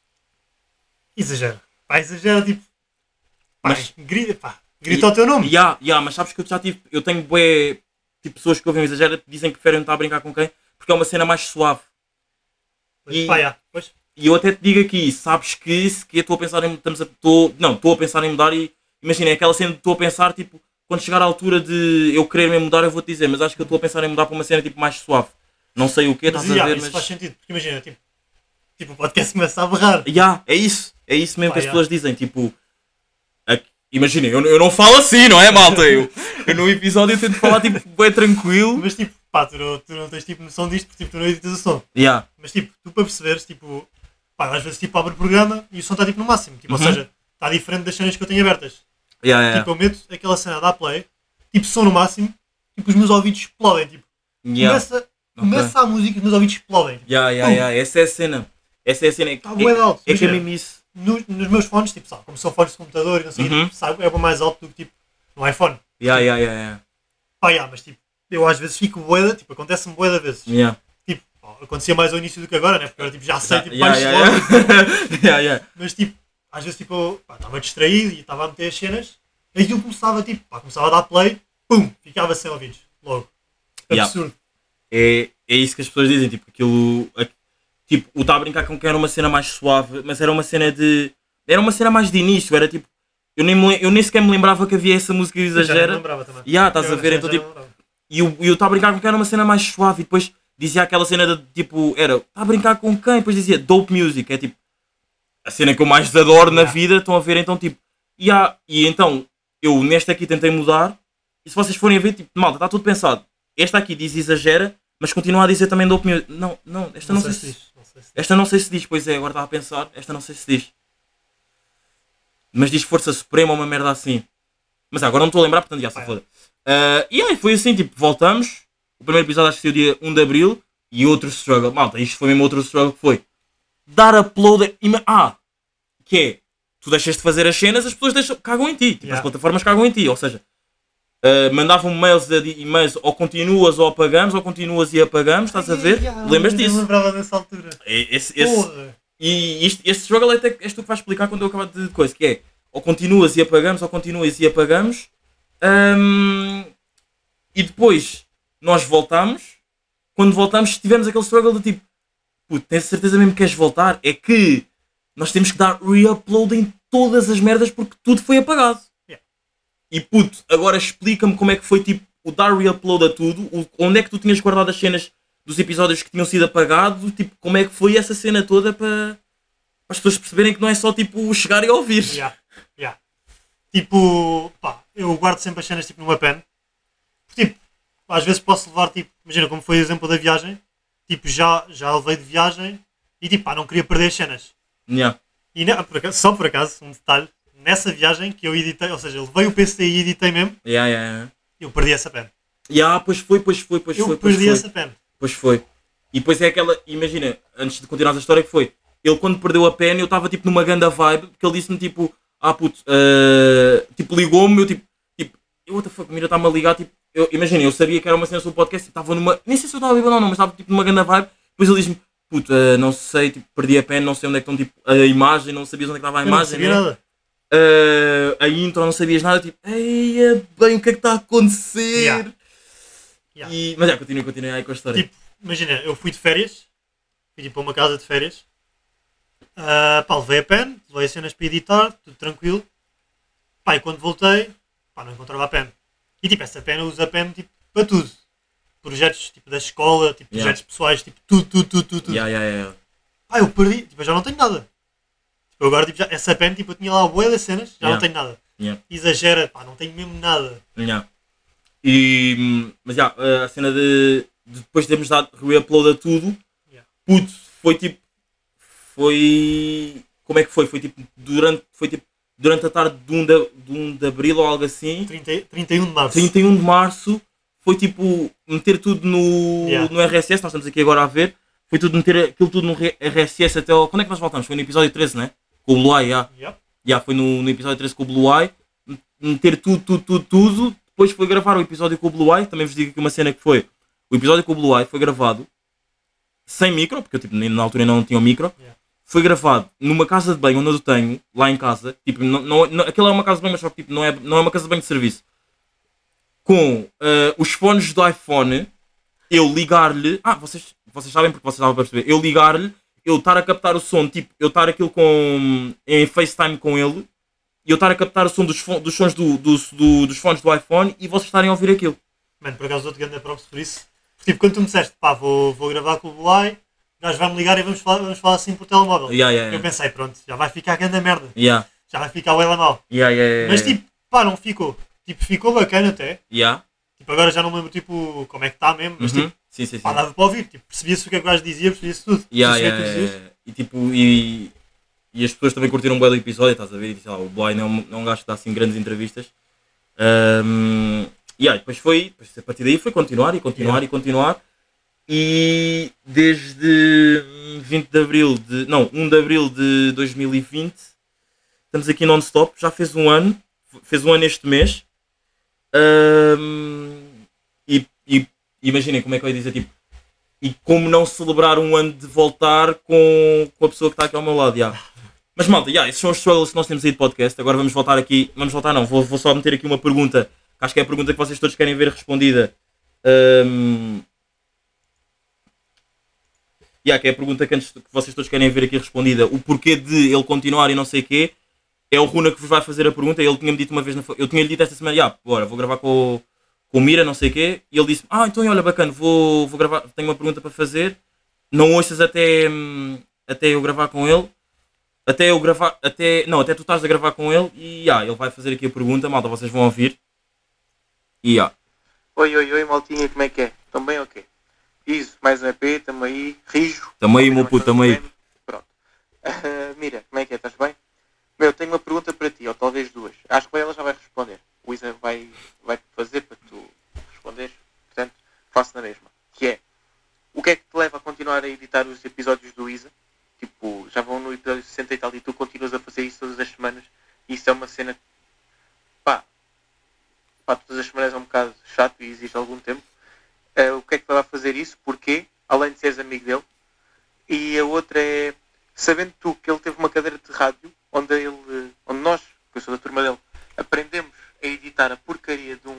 Exagera. Pá, exagera tipo. Pá, Mas- grita o teu nome. Mas sabes que eu já tive. Eu tenho bué. Tipo, pessoas que ouvem o Exagera dizem que preferem o Está a Brincar com Quem porque é uma cena mais suave. Mas, pá, já. Pois. E eu até te digo aqui, sabes que eu estou a pensar em. Estou a pensar em mudar e. Imagina, é aquela cena de estou a pensar, tipo, quando chegar à altura de eu querer mesmo mudar, eu vou-te dizer, mas acho que eu estou a pensar em mudar para uma cena tipo mais suave. Não sei o que, Mas estás a ver, isso mas. faz sentido. Porque imagina, tipo o podcast começa a berrar. É isso. É isso mesmo Pá, que as pessoas dizem, tipo. Imagina, eu não falo assim, não é, malta? Eu no episódio tento falar tipo bem tranquilo. Mas tipo, pá, tu não tens tipo noção disto porque tipo, tu não editas o som. Yeah. Mas tipo, tu para perceberes, tipo, pá, às vezes tipo abre o programa e o som está tipo no máximo. Tipo, ou seja, está diferente das cenas que eu tenho abertas. Yeah. Tipo, eu meto aquela cena da play, tipo, som no máximo, tipo, os meus ouvidos explodem. Tipo, começa a música e os meus ouvidos explodem. Tipo, Essa é a cena. Está bué de alto. É que é Imagina, mesmo isso. nos meus fones, tipo, sabe, como são fones de computador e não sei o que, tipo, sabe, é bem mais alto do que tipo no iPhone. Pá, mas tipo, eu às vezes fico boeda, tipo, acontece-me boeda vezes. Tipo, acontecia mais ao início do que agora, né? Porque agora tipo, já sei, tipo, mais logo. Mas tipo, às vezes tipo, eu estava distraído e estava a meter as cenas, e aquilo começava, tipo, começava a dar play, pum, ficava sem ouvidos, logo. Absurdo. É isso que as pessoas dizem, tipo, aquilo. Tipo, o Está a Brincar com Quem era uma cena mais suave, mas era uma cena de. Era uma cena mais de início, era tipo. Eu nem sequer me lembrava que havia essa música de Já Exagera. não lembrava também. Estás a ver? Então, tipo, e o Está a Brincar com Quem era uma cena mais suave e depois dizia aquela cena de tipo, era Está a Brincar com Quem? E depois dizia Dope Music, é tipo a cena que eu mais adoro na vida, estão a ver? Então, tipo, e então eu nesta aqui tentei mudar e se vocês forem a ver, tipo, malta, está tudo pensado. Esta aqui diz Exagera, mas continua a dizer também Dope Music. Não, esta não sei se diz. Esta não sei se diz, pois é, agora estava a pensar, esta não sei se diz. Mas diz Força Suprema ou uma merda assim. Mas agora não estou a lembrar, portanto já se foda. E aí foi assim, tipo, voltamos. O primeiro episódio acho que foi o dia 1 de Abril. E outro struggle. Malta, isto foi mesmo outro struggle que foi. Dar upload... Que é, tu deixas de fazer as cenas, as pessoas cagam em ti. Tipo, as plataformas cagam em ti. Ou seja, mandavam e-mails ou continuas ou apagamos, ou continuas e apagamos, estás a ver? Lembras disso? Eu não lembrava dessa altura. E este struggle é tu que vais explicar quando eu acabar de coisa, que é ou continuas e apagamos, ou continuas e apagamos, e depois nós voltamos. Quando voltamos tivemos aquele struggle de tipo, puto, tens certeza mesmo que queres voltar? É que nós temos que dar re-upload em todas as merdas porque tudo foi apagado. E puto, agora explica-me como é que foi tipo o dar re-upload a tudo, onde é que tu tinhas guardado as cenas dos episódios que tinham sido apagados, tipo, como é que foi essa cena toda para as pessoas perceberem que não é só tipo chegar e ouvir. Tipo, pá, eu guardo sempre as cenas tipo numa pen. Tipo, às vezes posso levar, tipo, imagina como foi o exemplo da viagem, tipo, já levei de viagem e tipo, pá, não queria perder as cenas. E só por acaso, um detalhe, nessa viagem que eu editei, ou seja, levei o PC e editei mesmo, eu perdi essa pen. Pois foi. Eu perdi essa pen. Pois foi. E depois é aquela, imagina, antes de continuar a história que foi, ele quando perdeu a pen eu estava tipo numa ganda vibe, porque ele disse-me tipo, puto, tipo ligou-me, eu tipo, what the fuck, o Mira está-me a ligar, tipo, imagina, eu sabia que era uma cena sobre o podcast, estava numa, nem sei se eu estava bêbado ou não, mas estava tipo numa ganda vibe, depois ele diz-me, puto, não sei, tipo, perdi a pen, não sei onde é que estão, tipo, a imagem, não sabias onde é que estava a imagem, não sabia nada. A intro, não sabias nada, tipo, eia, bem, o que é que está a acontecer? Mas continua aí com a história. Tipo, imagina, eu fui de férias, fui tipo a uma casa de férias, pá, levei a pen, levei as cenas para editar, tudo tranquilo, pá, e quando voltei, pá, não encontrava a pen. E tipo, essa pen eu uso a pen tipo, para tudo. Projetos tipo da escola, tipo projetos pessoais, tipo tudo. Pá, eu perdi, tipo, eu já não tenho nada. Tipo, agora tipo, essa pen, tipo, eu tinha lá a bué das cenas, já não tenho nada. Exagera, pá, não tenho mesmo nada. Mas a cena de depois de termos dado re-upload a tudo, puto, foi tipo, como é que foi? Foi tipo durante a tarde de 1 de Abril ou algo assim. 31 de Março. 31 de Março, foi tipo meter tudo no RSS, nós estamos aqui agora a ver, foi tudo meter aquilo tudo no RSS até ao... Quando é que nós voltamos? Foi no episódio 13, né? Com o Blue Eye, foi no episódio 13 com o Blue Eye, meter tudo, depois foi gravar o episódio com o Blue Eye. Também vos digo aqui uma cena que foi: o episódio com o Blue Eye foi gravado sem micro, porque eu tipo, na altura ainda não tinha o micro. Yeah. Foi gravado numa casa de banho onde eu tenho, lá em casa. Tipo, aquilo é uma casa de banho, mas só que tipo, não é uma casa de banho de serviço. Com os fones do iPhone, eu ligar-lhe. Vocês sabem porque vocês estavam a perceber. Eu ligar-lhe, eu estar a captar o som, tipo, eu estar aquilo em FaceTime com ele, e eu estar a captar o som dos sons dos fones do iPhone e vocês estarem a ouvir aquilo. Mano, por acaso dou-te grande props por isso. Tipo, quando tu me disseste, pá, vou gravar com o Bulai, o gajo vai-me ligar e vamos falar assim por telemóvel. Eu pensei, pronto, já vai ficar grande merda. Já vai ficar o mal. Mas tipo, pá, não ficou. Tipo, ficou bacana até. Tipo, agora já não me lembro tipo, como é que está mesmo, mas tipo, sim. pá, dava para ouvir. Tipo, percebia-se o que é que o gajo dizia, percebia-se tudo. E tipo, e as pessoas também curtiram bem do episódio, estás a ver? E, sei lá, o Boy não é um gajo que dá assim grandes entrevistas. Depois a partir daí foi continuar. E desde 1 de Abril de 2020 estamos aqui non-stop, já fez um ano este mês. E imaginem como é que eu ia dizer, tipo, e como não celebrar um ano de voltar com a pessoa que está aqui ao meu lado. Mas malta, esses são os struggles que nós temos aí de podcast. Agora vou só meter aqui uma pergunta, que acho que é a pergunta que vocês todos querem ver respondida. Que é a pergunta que vocês todos querem ver aqui respondida. O porquê de ele continuar e não sei o quê. É o Runa que vos vai fazer a pergunta. Ele tinha-me dito uma vez, eu tinha-lhe dito esta semana, bora, vou gravar com o Mira, não sei o quê. E ele disse, então olha, bacana, vou gravar, tenho uma pergunta para fazer. Não ouças até eu gravar com ele. Até tu estás a gravar com ele. E ele vai fazer aqui a pergunta, malta, vocês vão ouvir. Oi, maltinha, como é que é? Estão bem ou quê? Isso, mais um EP, tamo aí, rijo. Tamo aí, meu puto, tamo aí. Pronto. Mira, como é que é? Estás bem? Meu, tenho uma pergunta para ti, ou talvez duas. Acho que ela já vai responder. O Isa vai fazer para tu responderes. Portanto, faço na mesma. Que é, o que é que te leva a continuar a editar os episódios do Isa? Tipo, já vão no episódio 60 e tal e tu continuas a fazer isso todas as semanas. E isso é uma cena... Pá, todas as semanas é um bocado chato e exige algum tempo. O que é que te leva a fazer isso? Porquê? Além de seres amigo dele. E a outra é, sabendo tu que ele teve uma cadeira de rádio, onde nós, que eu sou da turma dele, aprendemos a editar a porcaria de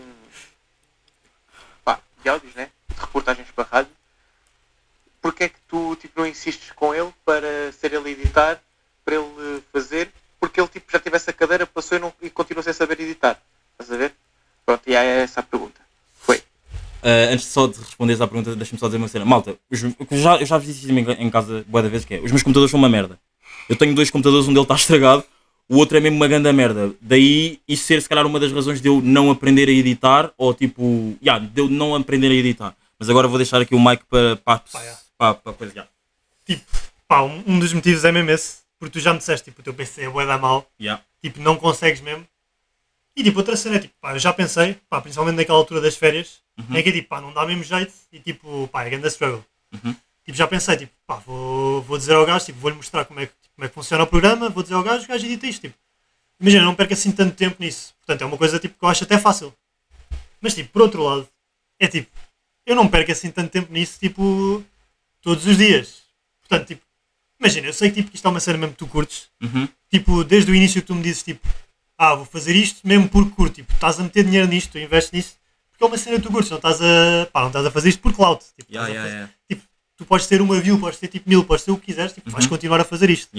de áudios, né? De reportagens para a rádio. Porquê é que tu não insistes com ele para ser ele a editar, para ele fazer? Porque ele já teve essa cadeira, passou e continua sem saber editar. Estás a ver? Pronto, e é essa a pergunta. Foi. Antes só de responderes à pergunta, deixa-me só dizer uma cena. Malta, eu já vos disse isso em casa boa da vez, que é, os meus computadores são uma merda. Eu tenho 2 computadores, um deles está estragado, o outro é mesmo uma grande merda. Daí isso ser se calhar uma das razões de eu não aprender a editar, ou tipo, de eu não aprender a editar. Mas agora vou deixar aqui o mic para coisa. Tipo, um dos motivos é mesmo esse, porque tu já me disseste, tipo, o teu PC é bué da mal, tipo, não consegues mesmo. E tipo, outra cena, tipo, eu já pensei, principalmente naquela altura das férias, é que tipo, não dá mesmo jeito e tipo, é grande struggle. Tipo, já pensei, tipo, vou dizer ao gajo, tipo, vou-lhe mostrar como é que funciona o programa, vou dizer ao gajo, o gajo edita isto, tipo. Imagina, não perca assim tanto tempo nisso. Portanto, é uma coisa tipo, que eu acho até fácil. Mas tipo, por outro lado, é tipo, eu não perco assim tanto tempo nisso, tipo, todos os dias. Portanto, tipo, imagina, eu sei que tipo, isto é uma cena mesmo que tu curtes. Tipo, desde o início que tu me dizes, tipo, vou fazer isto mesmo porque curto. Tipo, estás a meter dinheiro nisto, tu investes nisso, porque é uma cena que tu curtes, não estás a fazer isto por clout. Tipo, tipo, tu podes ter uma view, podes ter tipo 1000, podes ter o que quiseres, tipo, vais continuar a fazer isto.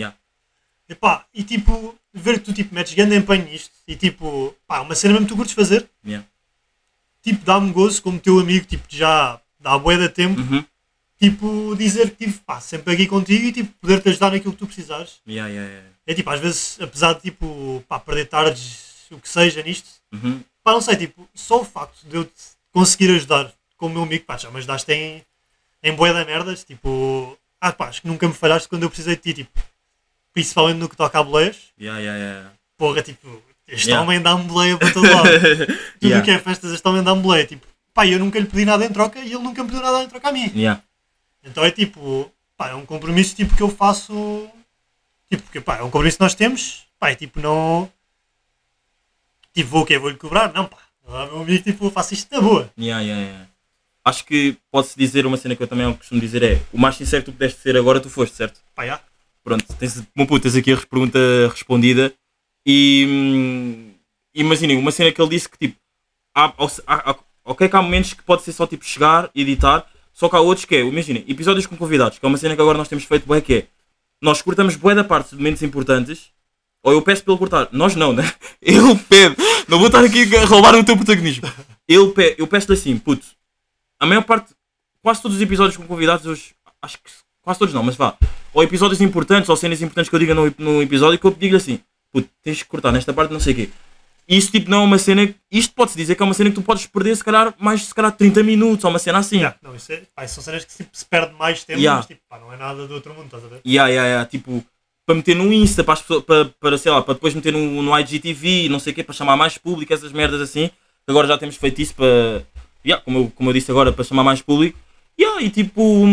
E tipo, ver que tu tipo, metes grande empenho nisto e tipo, uma cena mesmo que tu curtes fazer, tipo, dá-me gozo como teu amigo, tipo, já dá bué de tempo, tipo, dizer que estive sempre aqui contigo e tipo, poder-te ajudar naquilo que tu precisares. É tipo, às vezes, apesar de tipo, perder tardes, o que seja nisto, não sei, tipo, só o facto de eu te conseguir ajudar como meu amigo, já me ajudaste em bué de merdas, tipo, acho que nunca me falhaste quando eu precisei de ti, tipo, principalmente no que toca a boleias. Porra, tipo, este homem dá-me boleia para todo lado. Tudo o que é festas, este homem dá-me boleia, tipo, eu nunca lhe pedi nada em troca e ele nunca me pediu nada em troca a mim. Então é tipo, é um compromisso tipo que eu faço, tipo, porque é um compromisso que nós temos, e tipo, não, tipo, vou-lhe cobrar? Não, Ah, meu amigo, tipo, eu faço isto na boa. Yeah. Acho que pode-se dizer uma cena que eu também costumo dizer é o mais sincero que tu pudeste ser agora, tu foste, certo? Pá, já. Pronto, tens aqui a pergunta respondida e imaginem, uma cena que ele disse que tipo, ok que há momentos que pode ser só tipo chegar e editar, só que há outros que é, imaginem, episódios com convidados, que é uma cena que agora nós temos feito bué que é, nós cortamos bué da parte de momentos importantes, ou eu peço para ele cortar, nós não, né? Ele pede, não vou estar aqui a roubar o teu protagonismo, eu peço-lhe assim, puto, a maior parte, quase todos os episódios com convidados, eu acho que quase todos não, mas vá, ou episódios importantes, ou cenas importantes que eu diga no episódio, que eu digo assim, puto, tens que cortar nesta parte, não sei o quê. Isto tipo não é uma cena, isto pode-se dizer que é uma cena que tu podes perder se calhar 30 minutos, ou uma cena assim. Yeah, não, isso é, pá, são cenas que tipo, se perde mais tempo, Yeah. mas tipo, pá, não é nada do outro mundo, estás a ver? Tipo, para meter no Insta, para, as pessoas, para sei lá, para depois meter no IGTV, não sei o quê, para chamar mais público, essas merdas assim, que agora já temos feito isso para, como eu disse agora, para chamar mais público. E tipo,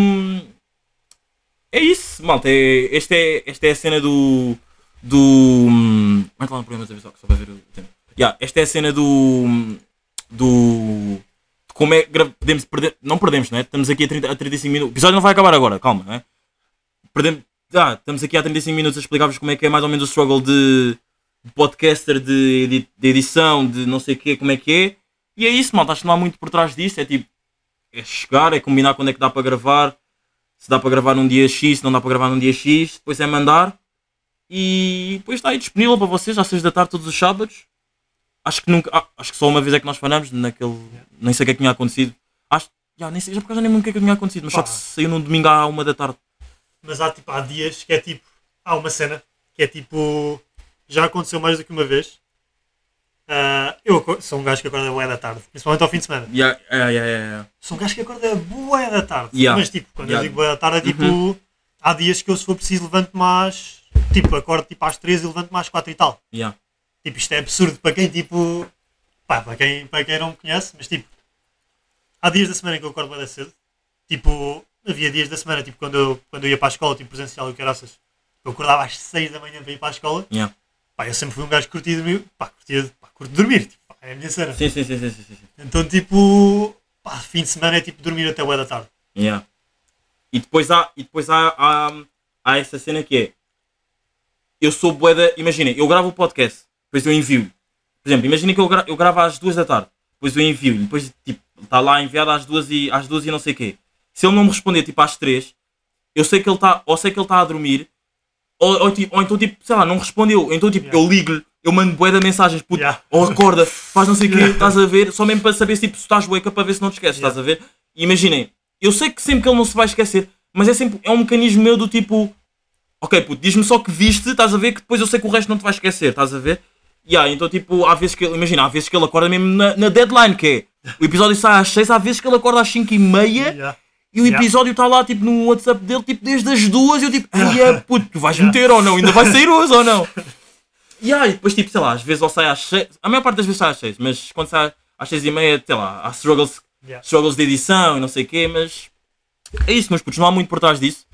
é isso, malta, esta é a cena do vai lá no programa só para ver o tempo. Esta é a cena de como é que podemos perder, não perdemos, não é? Estamos aqui a 35 minutos, o episódio não vai acabar agora, calma, não é? Estamos aqui há 35 minutos a explicar-vos como é que é mais ou menos o struggle de podcaster, de edição, de não sei o quê, como é que é. E é isso, malta, acho que não há muito por trás disso, é tipo, é chegar, é combinar quando é que dá para gravar, se dá para gravar num dia X, se não dá para gravar num dia X, depois é mandar. E depois está aí disponível para vocês às 6 da tarde todos os sábados. Acho que só uma vez é que nós falamos naquele. Nem sei o que é que tinha acontecido. Nem sei, já porque já nem lembro o que é que tinha acontecido, mas só que saiu num domingo à 1 da tarde. Mas há dias que é tipo. Há uma cena que é tipo. Já aconteceu mais do que uma vez. Eu sou um gajo que acorda bué da tarde, principalmente ao fim de semana. Sou um gajo que acorda bué da tarde. Mas tipo, quando eu digo bué da tarde é tipo. Há dias que eu, se for preciso, levanto-me às. Tipo, acordo tipo às 3 e levanto-me às 4 e tal. Tipo, isto é absurdo para quem tipo. Pá, para quem não me conhece, mas tipo. Há dias da semana que eu acordo bué da cedo. Tipo, havia dias da semana, tipo, quando eu ia para a escola, tipo, presencial e caraças, eu acordava às 6 da manhã para ir para a escola. Pá, eu sempre fui um gajo que curtia dormir. Curto dormir, tipo, pá, é a minha cena. Sim. Então, tipo, pá, fim de semana é tipo dormir até bué da tarde. E depois há essa cena que é, eu sou bué da, imaginem, eu gravo o podcast, depois eu envio. Por exemplo, imaginem que eu gravo às 2 da tarde, depois eu envio, depois tipo, está lá enviado às 2 e não sei o quê. Se ele não me responder tipo às 3, eu sei que ele está, ou sei que ele está a dormir, ou então tipo, sei lá, não respondeu, então tipo, eu ligo-lhe, eu mando bué de mensagens, puto, ou acorda, faz não sei o quê, estás a ver, só mesmo para saber se, tipo, se estás bueca para ver se não te esqueces, estás a ver? E imaginem, eu sei que sempre que ele não se vai esquecer, mas é um mecanismo meu do tipo, ok puto, diz-me só que viste, estás a ver, que depois eu sei que o resto não te vai esquecer, estás a ver? Então tipo, há vezes que ele acorda mesmo na deadline, que é, o episódio sai às 6, há vezes que ele acorda às 5h30, e o episódio está lá tipo no WhatsApp dele, tipo desde as 2, e eu tipo, puto, tu vais meter ou não, ainda vai sair hoje ou não? E depois tipo, sei lá, às vezes ele sai às 6, a maior parte das vezes sai às 6, mas quando sai às 6h30, sei lá, há struggles de edição e não sei o quê, mas é isso, meus putos, não há muito por trás disso.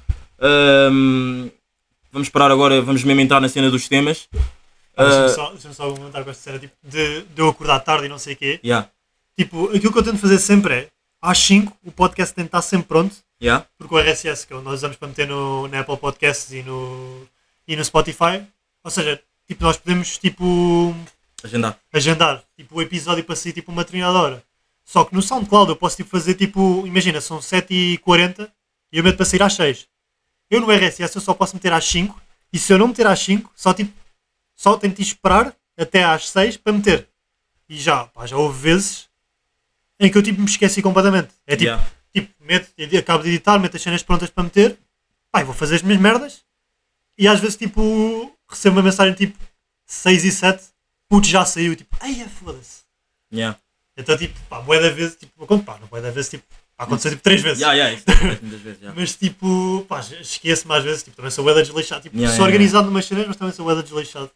Vamos parar agora, vamos mesmo entrar na cena dos temas. Deixa-me só comentar com esta cena tipo, de eu acordar tarde e não sei o quê. Tipo, aquilo que eu tento fazer sempre é, às 5 o podcast tem de estar sempre pronto, porque o RSS, que é onde nós usamos para meter na Apple Podcasts e no Spotify, ou seja, tipo, nós podemos tipo agendar tipo, o episódio para sair tipo uma determinada hora. Só que no SoundCloud eu posso tipo, fazer tipo, imagina, são 7h40 e eu meto para sair às 6. Eu no RSS eu só posso meter às 5, e se eu não meter às 5, só tenho de esperar até às 6 para meter. E já houve vezes em que eu tipo me esqueci completamente. É tipo, acabo de editar, meto as cenas prontas para meter, vou fazer as minhas merdas, e às vezes tipo recebo uma mensagem tipo 6h07, putz, já saiu, tipo, foda-se. Então tipo, bué da vez, tipo, não bué da vez, tipo, aconteceu tipo 3 vezes. Isso acontece muitas vezes, Mas tipo, esqueço-me às vezes, tipo, também sou bué da desleixado, tipo, sou organizado numas cenas, mas também sou bué da desleixado.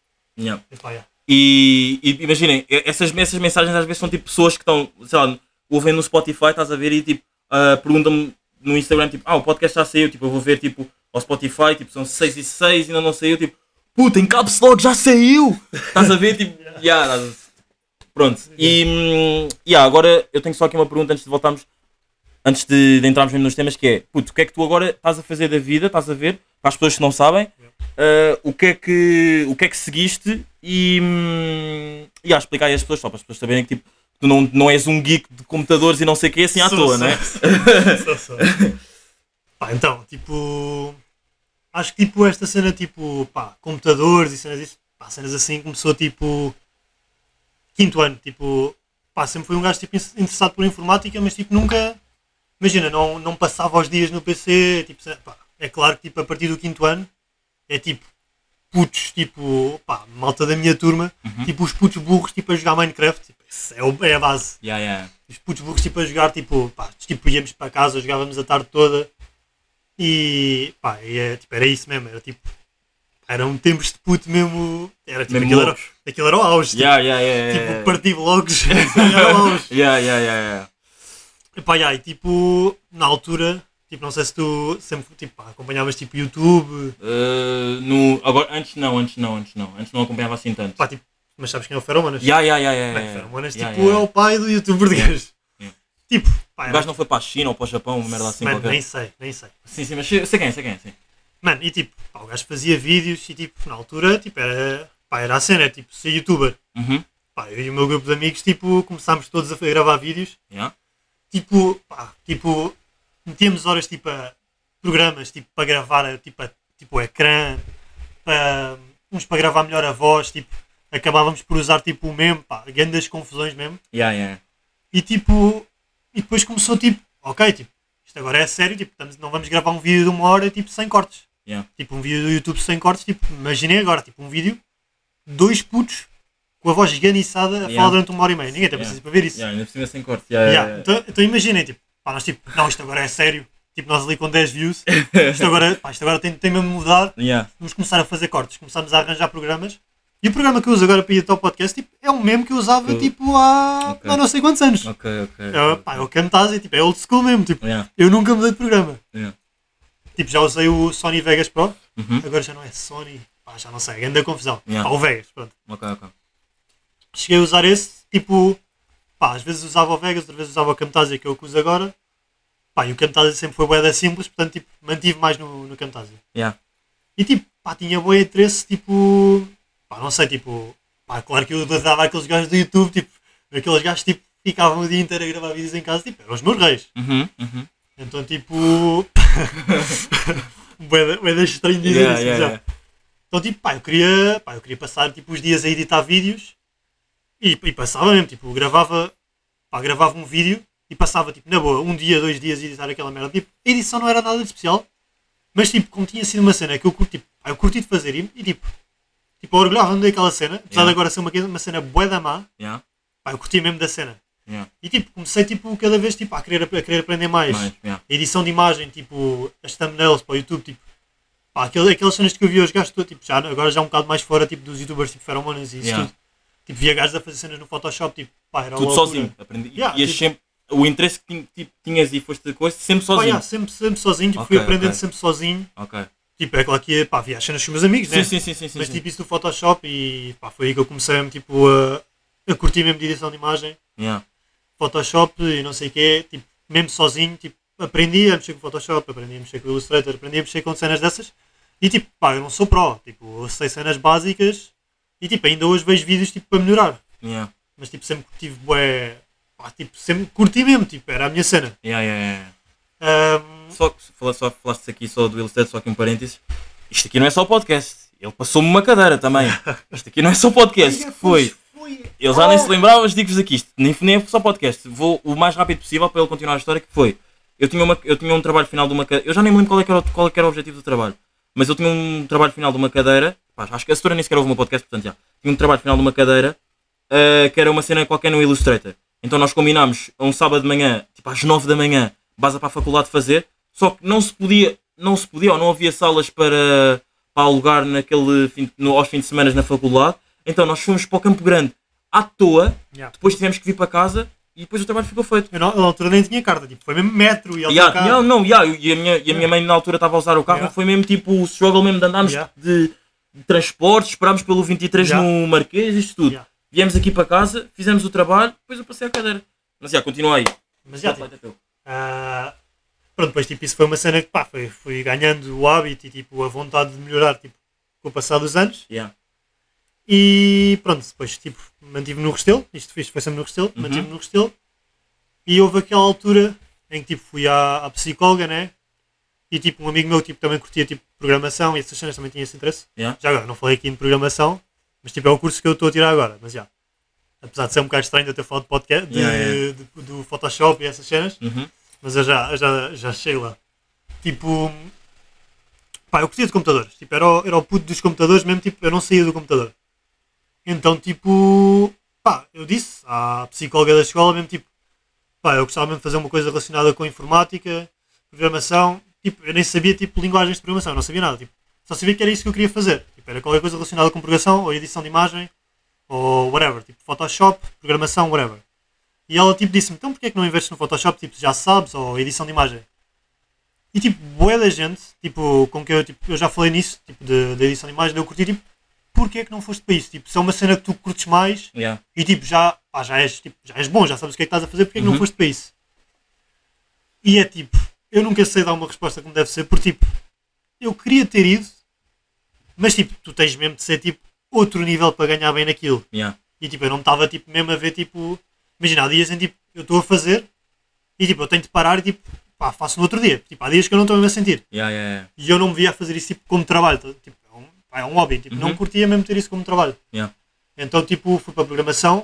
E imaginem, essas mensagens às vezes são tipo pessoas que estão, sei lá, ouvem no Spotify, estás a ver, e tipo, perguntam-me no Instagram, tipo, o podcast já saiu, tipo, eu vou ver, tipo, ao Spotify, tipo, são 6h06 e ainda não saiu, tipo, puta, em caps lock já saiu! Estás a ver, tipo, Pronto, e agora eu tenho só aqui uma pergunta antes de voltarmos, antes de entrarmos mesmo nos temas, que é, puto, o que é que tu agora estás a fazer da vida, estás a ver, para as pessoas que não sabem, o que é que seguiste e explicar aí às pessoas, só para as pessoas saberem que tipo, tu não és um geek de computadores e não sei o que, assim à toa, não é? Sou. Pá, então, tipo, acho que tipo esta cena, tipo, pá, computadores e cenas assim, começou tipo, 5º ano, tipo, pá, sempre fui um gajo tipo, interessado por informática, mas tipo, nunca, imagina, não passava os dias no PC, tipo, pá, é claro que tipo, a partir do 5º ano, é tipo, putos, tipo, pá, malta da minha turma, tipo, os putos burros, tipo, a jogar Minecraft, tipo, isso é a base. Os putos burros, tipo, a jogar, tipo, pá, tipo, íamos para casa, jogávamos a tarde toda, e, pá, tipo, era isso mesmo, era tipo, eram tempos de puto mesmo, era tipo, aquilo era o auge, tipo, tipo partir vlogs, era o auge. E pá, e tipo, na altura, tipo, não sei se tu sempre, tipo, pá, acompanhavas tipo YouTube. Agora, antes não acompanhava assim tanto. Pá, tipo, mas sabes quem é o Feromonas? Feromonas, tipo, é o pai do YouTube português. Tipo, pá, o gajo não foi para a China ou para o Japão, uma merda assim mano, qualquer. nem sei. Sim, mas sei quem é. Mano, e tipo, pá, o gajo fazia vídeos e tipo, na altura, tipo, era a cena, tipo, ser youtuber. Pá, eu e o meu grupo de amigos, tipo, começámos todos a gravar vídeos. Tipo, pá, tipo, metíamos horas, tipo, a programas, tipo, para gravar, tipo, o ecrã, uns para gravar melhor a voz, tipo, acabávamos por usar, tipo, o mesmo, pá, grandes confusões mesmo. E tipo, e depois começou, tipo, ok, tipo, isto agora é sério, tipo, não vamos gravar um vídeo de 1 hora, tipo, sem cortes. Tipo, um vídeo do YouTube sem cortes, tipo, imaginem agora, tipo, um vídeo, 2 putos, com a voz esganiçada a falar durante 1h30. Ninguém tem paciência para ver isso. Ainda por cima sem corte. Então imaginem, tipo, pá, nós tipo, não, isto agora é sério. Tipo, nós ali com 10 views, isto agora tem mesmo de mudar. Vamos começar a fazer cortes, começamos a arranjar programas. E o programa que eu uso agora para ir até ao podcast, tipo, é o mesmo que eu usava, tipo, há não sei quantos anos. É o Camtasia, tipo, é old school mesmo, tipo, eu nunca mudei de programa. Tipo, já usei o Sony Vegas Pro, agora já não é Sony, pá, já não sei, é grande confusão. Pá, o Vegas, pronto. Cheguei a usar esse, tipo, pá, às vezes usava o Vegas, outras vezes usava o Camtasia, que é o que uso agora. Pá, e o Camtasia sempre foi bué da simples, portanto, tipo, mantive mais no Camtasia. E tipo, pá, tinha bué interesse, tipo, pá, não sei, tipo, pá, claro que eu dava aqueles gajos do YouTube, tipo, aqueles gajos, tipo, ficavam o dia inteiro a gravar vídeos em casa, tipo, eram os meus reis. Então, tipo, bué da estranho dizer isso, já. Então, tipo, pá, eu queria passar, tipo, os dias a editar vídeos. E passava mesmo, tipo, gravava um vídeo e passava, tipo, na boa, 1 dia, 2 dias a editar aquela merda. Tipo, a edição não era nada de especial, mas, tipo, como tinha sido uma cena que eu curti, tipo, eu curti de fazer e tipo, eu orgulhava-me daquela cena, apesar de agora ser uma cena bué da má, pá, eu curti mesmo da cena. E, tipo, comecei, tipo, cada vez, tipo, a querer aprender mais. A edição de imagem, tipo, as thumbnails para o YouTube, tipo, pá, aquelas cenas que eu vi os gajos, tipo, agora já um bocado mais fora, tipo, dos youtubers, tipo, Feromonas e isso tudo. Tipo, via gajos a fazer cenas no Photoshop, tipo, pá, era tudo sozinho, aprendi. Ias tipo, sempre, o interesse que tipo, tinhas e foste de coisa, sempre sozinho. Pá, sempre sozinho, tipo, fui aprendendo sempre sozinho. Tipo, é claro que, pá, via as cenas com os meus amigos, né? Sim. Mas, tipo, isso do Photoshop e, pá, foi aí que eu comecei, tipo, a curtir mesmo de edição de imagem. Photoshop e não sei o quê, tipo, mesmo sozinho, tipo, aprendi a mexer com Photoshop, aprendi a mexer com Illustrator, aprendi a mexer com cenas dessas. E, tipo, pá, eu não sou pró, tipo, eu sei cenas básicas. E tipo, ainda hoje vejo vídeos tipo para melhorar. Mas tipo, sempre tive bué. Pá, tipo, sempre curti mesmo, tipo, era a minha cena. Só falaste aqui só do Illustrator, só aqui um parênteses. Isto aqui não é só podcast. Ele passou-me uma cadeira também. Isto aqui não é só podcast. Que foi. Ele já nem se lembrava, mas digo-vos aqui, isto nem é só podcast. Vou o mais rápido possível para ele continuar a história, que foi. Eu tinha um trabalho final de uma cadeira. Eu já nem me lembro qual é que era o objetivo do trabalho. Mas eu tinha um trabalho final de uma cadeira. Pá, acho que a setora nem sequer ouve o meu podcast, portanto já. Tinha um trabalho final de uma cadeira que era uma cena qualquer no Illustrator. Então nós combinámos a um sábado de manhã, tipo às 9 da manhã, base para a faculdade fazer. Só que não se podia ou não havia salas para alugar aos fins de semana na faculdade. Então nós fomos para o Campo Grande à toa, depois tivemos que vir para casa. E depois o trabalho ficou feito. Eu na altura nem tinha carta, tipo, foi mesmo metro e e a minha mãe na altura estava a usar o carro, foi mesmo tipo o struggle mesmo de andarmos de transportes, esperámos pelo 23 no Marquês, isto tudo. viemos aqui para casa, fizemos o trabalho, depois eu passei a cadeira. Mas já, continua aí. Mas já, tipo, pronto, depois tipo, isso foi uma cena que pá, fui ganhando o hábito e tipo, a vontade de melhorar tipo, com o passar dos anos. Yeah. E pronto, depois tipo, mantive no Restelo, isto foi sempre no Restelo, mantive no Restelo. E houve aquela altura em que tipo, fui à psicóloga, né? E tipo, um amigo meu tipo, também curtia tipo, programação e essas cenas também tinha esse interesse. Yeah. Já agora, não falei aqui em programação, mas tipo, é o curso que eu estou a tirar agora. Mas já, apesar de ser um bocado estranho de eu ter falado de podcast, do Photoshop e essas cenas, mas eu já chego lá. Tipo, pá, eu curtia de computadores. Tipo, era o puto dos computadores, mesmo tipo, eu não saía do computador. Então, tipo, pá, eu disse à psicóloga da escola mesmo, tipo, pá, eu gostava mesmo de fazer uma coisa relacionada com informática, programação. Tipo, eu nem sabia, tipo, linguagens de programação, eu não sabia nada. Tipo, só sabia que era isso que eu queria fazer. Tipo, era qualquer coisa relacionada com programação, ou edição de imagem, ou whatever. Tipo, Photoshop, programação, whatever. E ela, tipo, disse-me, então porquê é que não investes no Photoshop, tipo, já sabes, ou edição de imagem? E, tipo, bué da gente, tipo, com que eu já falei nisso, tipo, de edição de imagem, eu curti, tipo, porquê é que não foste para isso? Tipo, se é uma cena que tu curtes mais, e, tipo, já és bom, já sabes o que é que estás a fazer, porquê é que não foste para isso? E é, tipo, eu nunca sei dar uma resposta como deve ser, porque, tipo, eu queria ter ido, mas, tipo, tu tens mesmo de ser, tipo, outro nível para ganhar bem naquilo. E, tipo, eu não me estava, tipo, mesmo a ver, tipo, imagina, há dias em, tipo, eu estou a fazer, e, tipo, eu tenho de parar e, tipo, pá, faço no outro dia. Tipo, há dias que eu não estou mesmo a sentir. E eu não me via a fazer isso, tipo, como trabalho. Tipo, é um hobby, tipo, não curtia mesmo ter isso como trabalho. Então, tipo, fui para a programação.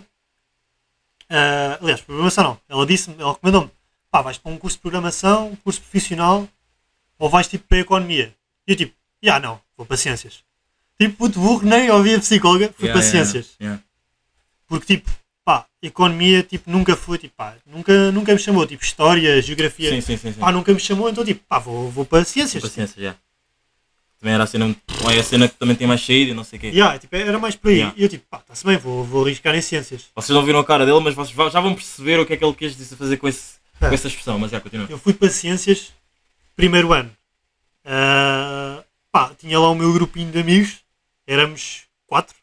Aliás, programação não. Ela recomendou-me, pá, vais para um curso de programação, um curso profissional, ou vais, tipo, para a economia. E eu, tipo, não, vou para ciências. Tipo, puto burro, nem ouvi a psicóloga, fui para ciências. Porque, tipo, pá, economia, tipo, nunca foi, tipo, pá, nunca me chamou, tipo, história, geografia, pá, nunca me chamou, então, tipo, pá, vou para ciências. Para ciências, já. Também era a cena que também tem mais saída e não sei o quê. Tipo, era mais por aí. E eu, tipo, pá, está-se bem, vou arriscar em ciências. Vocês não viram a cara dele, mas vocês já vão perceber o que é que ele quis fazer com essa expressão, mas já continua. Eu fui para ciências, primeiro ano. Pá, tinha lá o meu grupinho de amigos, éramos 4.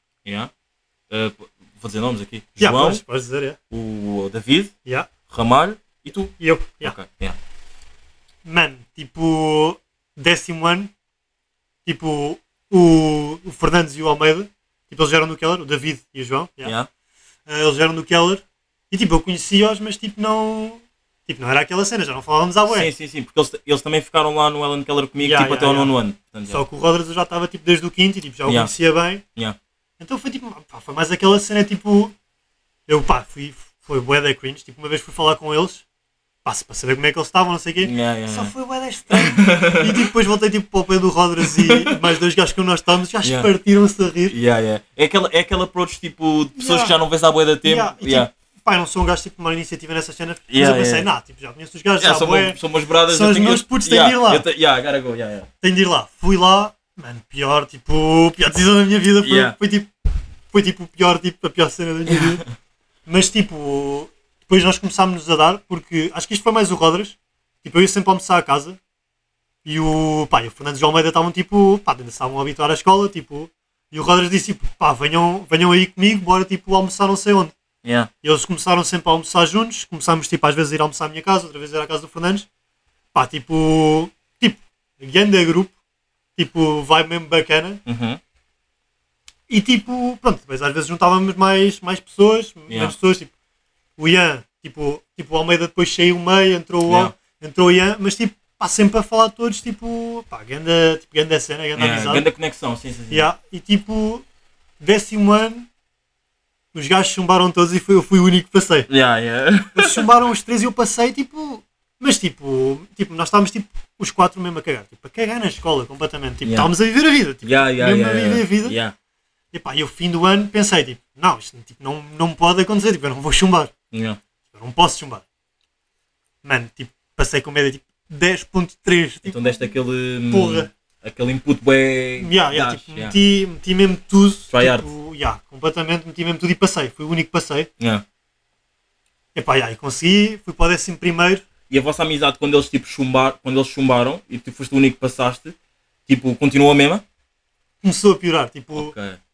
Vou dizer nomes aqui. João, podes dizer, o David, Ramalho e tu. E eu. Ok, Mano, tipo, 10º ano, tipo, o Fernandes e o Almeida, tipo, eles eram do Keller, o David e o João, eles eram do Keller, e tipo, eu conhecia-os, mas tipo, não era aquela cena, já não falávamos à bué. Sim, porque eles também ficaram lá no Ellen Keller comigo, tipo, até ao 9º ano. Portanto, só que o Rodrigues eu já estava, tipo, desde o 5º, e tipo, já o conhecia bem. Então foi tipo, pá, foi mais aquela cena, tipo, eu, pá, foi bué da cringe, tipo, uma vez fui falar com eles, pá, para saber como é que eles estavam, não sei o quê, só foi bué da estranho. E tipo, depois voltei, tipo, para o pé do Rodrigues e mais 2 gajos que nós estávamos, já partiram-se a rir. É aquele approach, tipo, de pessoas que já não vês há bué da tempo. Tipo, pá, eu não sou um gajo, tipo, uma iniciativa nessas cenas, mas eu pensei, tipo, já conheço os gajos, já são meus brothers, são os meus putos, tenho de ir lá. Gotta go. Tenho de ir lá. Fui lá, mano, pior decisão da minha vida foi tipo o pior, tipo, a pior cena da minha vida. Mas tipo, depois nós começámos a dar, porque acho que isto foi mais o Rodrigues, tipo, eu ia sempre almoçar a casa, e o Fernandes e o Almeida estavam tipo, pá, ainda estavam a habituar à escola, tipo, e o Rodrigues disse, tipo, pá, venham aí comigo, bora, tipo, almoçar não sei onde. E eles começaram sempre a almoçar juntos, começámos, tipo, às vezes a ir almoçar à minha casa, outra vez a ir à casa do Fernandes, pá, tipo, grande grupo, tipo, vai mesmo bacana. E tipo, pronto, depois às vezes juntávamos mais pessoas, menos pessoas, tipo, o Ian, tipo o Almeida depois saiu meio, entrou o Ian, mas tipo, pá, sempre a falar de todos, tipo, pá, grande cena, grande amizade. Grande conexão, sim. E tipo, 10º ano, os gajos chumbaram todos e eu fui o único que passei. Eles chumbaram os 3 e eu passei, tipo, mas tipo, nós estávamos tipo, os 4 mesmo a cagar, tipo, a cagar na escola completamente, tipo, estávamos a viver a vida, tipo, mesmo a viver a vida. E pá, e ao fim do ano pensei, tipo, não, isto tipo, não pode acontecer, tipo, eu não vou chumbar. Eu não posso chumbar. Mano, tipo, passei com média, tipo, 10.3. Tipo, então deste aquele... Porra. Aquele input bem... tipo, meti mesmo tudo. Tipo, completamente, meti mesmo tudo e passei. Fui o único que passei. E pá, e consegui, fui para o 11º. E a vossa amizade, quando eles tipo chumbaram e tu foste o único que passaste, tipo, continuou a mesma? Começou a piorar, tipo,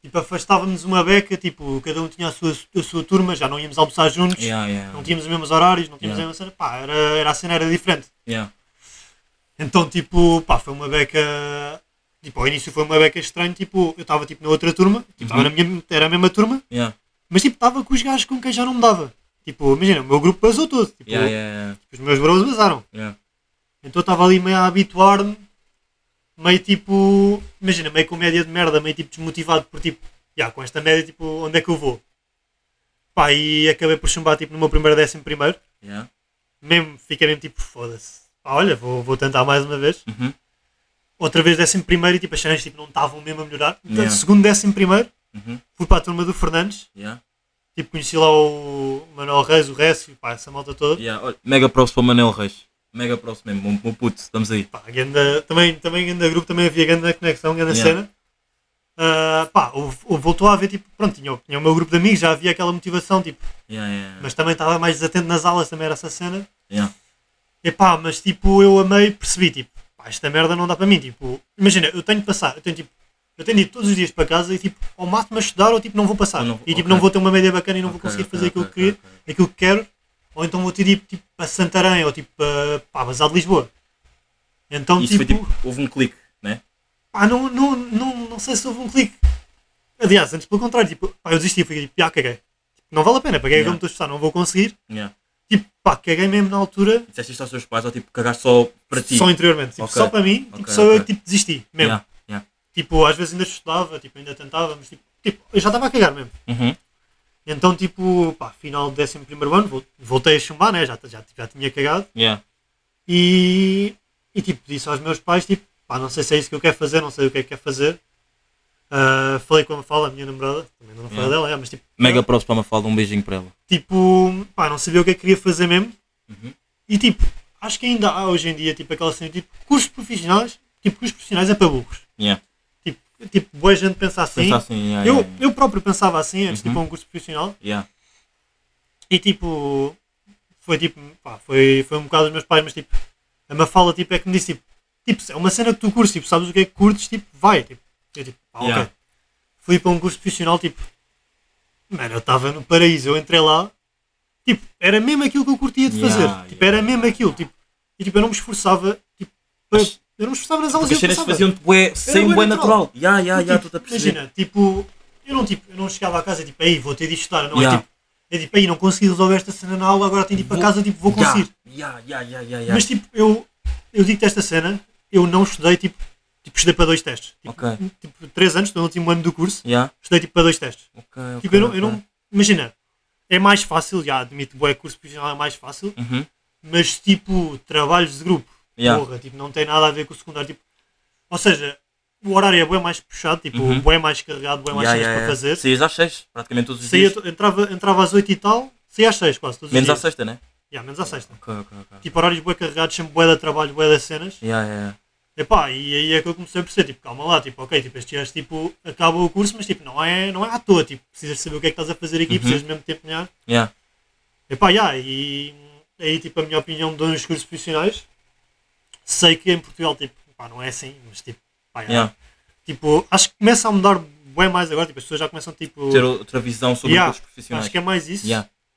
tipo, afastávamos uma beca, tipo, cada um tinha a sua turma, já não íamos almoçar juntos, não tínhamos os mesmos horários, não tínhamos a mesma cena, pá, a cena era diferente. Então, tipo, pá, foi uma beca, tipo, ao início foi uma beca estranha, tipo, eu estava, tipo, na outra turma, tipo, era a mesma turma, mas, tipo, estava com os gajos com quem já não me dava. Tipo, imagina, o meu grupo basou todo, tipo, os meus bros basaram. Então, eu estava ali meio a habituar-me, meio tipo, imagina, meio com média de merda, meio tipo desmotivado por tipo, com esta média, tipo, onde é que eu vou? Pá, e acabei por chumbar tipo no meu primeiro 11º. Mesmo, fiquei mesmo tipo, foda-se. Pá, olha, vou tentar mais uma vez. Outra vez 11º e tipo, as cenas tipo, não estavam mesmo a melhorar. Então, segundo 11º, fui para a turma do Fernandes. Tipo, conheci lá o Manuel Reis, o Récio, pá, essa malta toda. Olha, mega props para o Manuel Reis. Mega próximo mesmo, meu puto, estamos aí. Pá, também grande grupo, também havia grande conexão, grande cena. Pá, voltou a haver, tipo, pronto, tinha o meu grupo de amigos, já havia aquela motivação, tipo, mas também estava mais desatento nas aulas, também era essa cena. E pá, mas tipo, eu percebi, tipo, pá, esta merda não dá para mim, tipo, imagina, eu tenho de ir todos os dias para casa e tipo, ou mato-me a estudar ou tipo, não vou passar. E tipo, não vou ter uma média bacana e não vou conseguir fazer aquilo que quero. Ou então vou ter de ir tipo, para Santarém ou tipo para Basal de Lisboa. Então, isso tipo, foi tipo, houve um clique, né? Pá, não sei se houve um clique. Aliás, antes pelo contrário, tipo, pá, eu desisti, fiquei tipo, caguei. Tipo, não vale a pena, para que é que eu me estou a esforçar, não vou conseguir. Tipo, pá, caguei mesmo na altura. Disseste isto aos teus pais ou tipo, cagaste só para ti? Só interiormente, tipo, só para mim, tipo, só eu tipo, desisti, mesmo. Tipo, às vezes ainda estudava, tipo, ainda tentava, mas tipo, eu já estava a cagar mesmo. Então, tipo, pá, final do 11º ano, voltei a chumbar, né? Já tinha cagado. E tipo, disse aos meus pais, tipo, pá, não sei se é isso que eu quero fazer, não sei o que é que quero fazer. Falei com a Mafalda, a minha namorada, também não falei dela, mas tipo... Mega props para a Mafalda, um beijinho para ela. Tipo, pá, não sabia o que é que queria fazer mesmo. E tipo, acho que ainda há hoje em dia, tipo, aquela cena, tipo, cursos profissionais é para burros. Tipo, boa gente pensa assim. Eu próprio pensava assim antes de ir para um curso profissional. E tipo, foi tipo, pá, foi um bocado dos meus pais, mas tipo, a Mafalda tipo, é que me disse, tipo, é uma cena que tu curtes, tipo, sabes o que é que curtes, tipo, vai. Tipo, eu tipo, ok. Fui para um curso profissional, tipo, mano, eu estava no paraíso, eu entrei lá, tipo, era mesmo aquilo que eu curtia de fazer. Tipo, era mesmo aquilo, tipo, e tipo, eu não me esforçava, tipo, eu não me esforçava nas aulas. Porque as cenas faziam-te sem bué natural. Estou-te a perceber. Imagina, tipo, eu não chegava a casa tipo, aí vou ter de estudar, não é tipo, aí não consegui resolver esta cena na aula, agora tenho de ir para casa, tipo, vou conseguir. Mas tipo, eu digo-te esta cena, eu não estudei, tipo estudei para 2 testes. Tipo, 3 anos, estou no último ano do curso, estudei tipo para 2 testes. Tipo, eu não, imagina, é mais fácil, admito, bué, curso profissional é mais fácil, mas tipo, trabalhos de grupo, porra, tipo, não tem nada a ver com o secundário, tipo, ou seja, o horário é bem mais puxado, tipo, bem mais carregado, bem mais cenas para fazer. Saías às 6, praticamente todos os dias. Entrava às 8 e tal, saía às 6 quase, todos os dias. Menos à sexta, né? Menos à sexta. Tipo, horários bem carregados, sempre bué de trabalho, bué das cenas. Epá, e aí é que eu comecei a perceber, tipo, calma lá, tipo, ok, tipo, este gajo, tipo, acaba o curso, mas tipo, não é à toa, tipo, precisas saber o que é que estás a fazer aqui, precisas mesmo te empenhar. Epá, e aí, tipo, a minha opinião mudou nos cursos profissionais. Sei que em Portugal, tipo, pá, não é assim, mas tipo, pá, tipo, acho que começa a mudar bem mais agora, tipo, as pessoas já começam, tipo... ter outra visão sobre os cursos profissionais. Acho que é mais isso,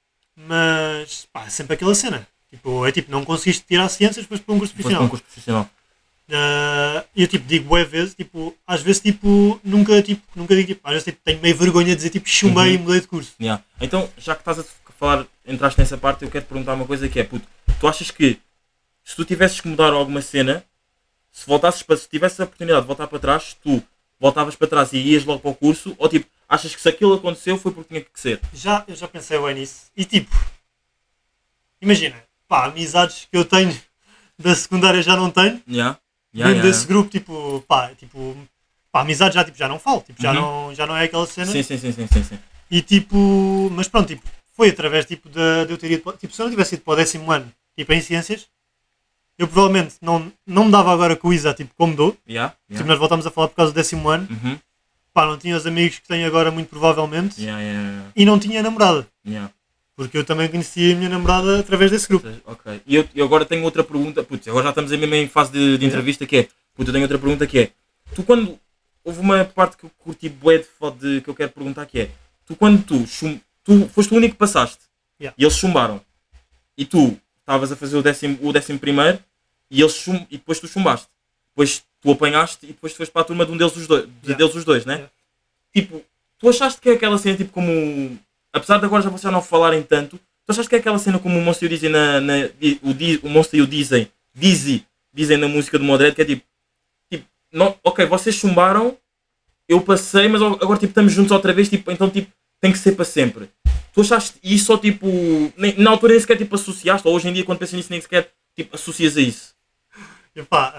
mas, pá, é sempre aquela cena, tipo, é tipo, não conseguiste tirar ciências, depois para um curso profissional. Eu tipo digo bué vezes, tipo, às vezes tipo, nunca digo tipo, às vezes tipo, tenho meio vergonha de dizer tipo chumbei e mudei de curso. Então, já que estás a falar, entraste nessa parte, eu quero te perguntar uma coisa que é, puto, tu achas que se tu tivesses que mudar alguma cena, se tivesses a oportunidade de voltar para trás, tu voltavas para trás e ias logo para o curso, ou tipo, achas que se aquilo aconteceu foi porque tinha que ser? Eu já pensei bem nisso, e tipo, imagina, pá, amizades que eu tenho da secundária já não tenho. Mesmo desse grupo, tipo, amizade já, tipo, já não falo, tipo, já não é aquela cena. Sim. E tipo, mas pronto, tipo, foi através tipo, de eu ter ido, tipo, se eu não tivesse ido para o 10º ano, tipo, em ciências, eu provavelmente não me dava agora com o ISA, tipo, como dou. Tipo, nós voltámos a falar por causa do 10º ano. Pá, não tinha os amigos que tenho agora, muito provavelmente. E não tinha namorada. Porque eu também conheci a minha namorada através desse grupo. Ok. E eu agora tenho outra pergunta. Putz, agora já estamos mesmo em fase de entrevista que é... Puta, eu tenho outra pergunta que é... Tu quando houve uma parte que eu curti bué que eu quero perguntar que é, tu quando tu foste o único que passaste, Yeah. e eles chumbaram, e tu estavas a fazer o 11º primeiro, e depois tu chumbaste, depois tu apanhaste, e depois tu foste para a turma de um deles os dois, né? Yeah. Tipo, tu achaste que é aquela cena, tipo, como, apesar de agora já vocês não falarem tanto, tu achaste que é aquela cena como o Monster e o Dizzy o Monster e o dizem na música do Modred, que é tipo não, ok, vocês chumbaram, eu passei, mas agora tipo, estamos juntos outra vez, tipo, então tipo, tem que ser para sempre. Tu achaste isso ou tipo, na altura nem sequer tipo, associaste, ou hoje em dia quando pensas nisso nem sequer tipo, associas a isso? E pá,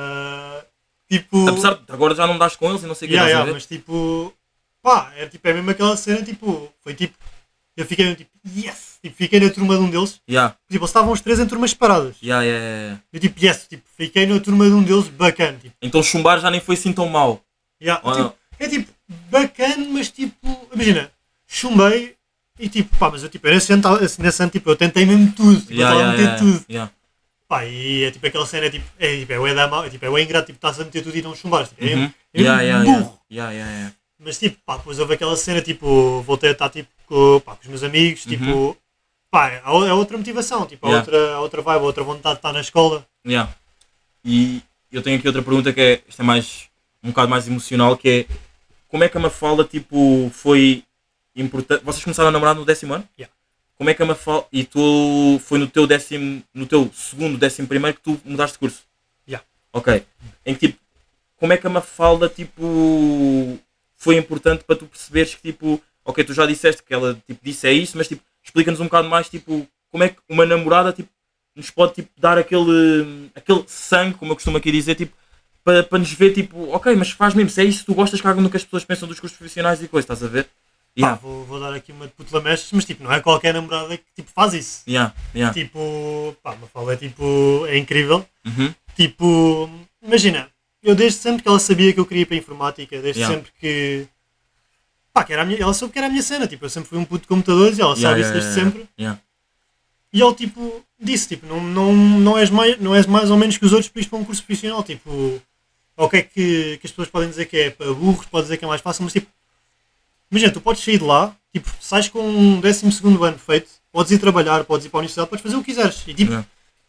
tipo... Apesar de agora já não das com eles e não sei o que Yeah, estás a ver? mas tipo... Pá, é mesmo aquela cena, tipo... Foi tipo... Eu fiquei mesmo tipo... Yes! Tipo, fiquei na turma de um deles. Yeah. Tipo, eles estavam os três em turmas separadas. Yeah. Eu tipo, yes! Tipo, fiquei na turma de um deles bacana. Tipo, Então chumbar já nem foi assim tão mau. yeah, Oh, tipo, é tipo, bacana, mas tipo... Imagina, chumbei e tipo... Pá, mas eu tipo, nesse ano tipo, eu tentei mesmo tudo. Tipo, eu estava a meter tudo. Yeah. Pá, e é tipo aquela cena, tipo, é o da mal, tipo, é o ingrato, tipo, estás a meter tudo e não chumbares. Tipo, Uhum. é burro. Yeah. Mas tipo, pá, depois houve aquela cena, tipo, voltei a estar tipo com os meus amigos, tipo, pá, é outra motivação, tipo, há outra vibe, há outra vontade de estar na escola. Yeah. E eu tenho aqui outra pergunta que é, esta é mais, um bocado mais emocional, que é, como é que a Mafalda, tipo, foi importante, vocês começaram a namorar no 10º ano? Yeah. Como é que a Mafalda, e tu, foi no teu segundo, 11º que tu mudaste de curso? Yeah. Ok. Em que tipo, como é que a Mafalda, tipo, foi importante para tu perceberes que, tipo, ok, tu já disseste que ela, tipo, disse é isso, mas, tipo, explica-nos um bocado mais, tipo, como é que uma namorada, tipo, nos pode, tipo, dar aquele sangue, como eu costumo aqui dizer, tipo, para nos ver, tipo, ok, mas faz mesmo, se é isso, tu gostas que no que as pessoas pensam dos cursos profissionais e coisa, estás a ver? Yeah. Pá, vou dar aqui uma de putelamestres, mas tipo, não é qualquer namorada que tipo, faz isso. Yeah. Tipo, pá, uma fala é tipo, é incrível. Uhum. Tipo, imagina, eu desde sempre que ela sabia que eu queria ir para a informática, desde sempre que... Pá, ela soube que era a minha cena, tipo, eu sempre fui um puto de computadores e ela sabe isso desde sempre. Yeah. E ele, tipo, disse, tipo, não és mais ou menos que os outros para isto para um curso profissional, tipo, ok que as pessoas podem dizer que é para burros, podem dizer que é mais fácil, mas tipo, imagina, tu podes sair de lá, tipo, sais com um 12º ano feito, podes ir trabalhar, podes ir para a universidade, podes fazer o que quiseres, e tipo,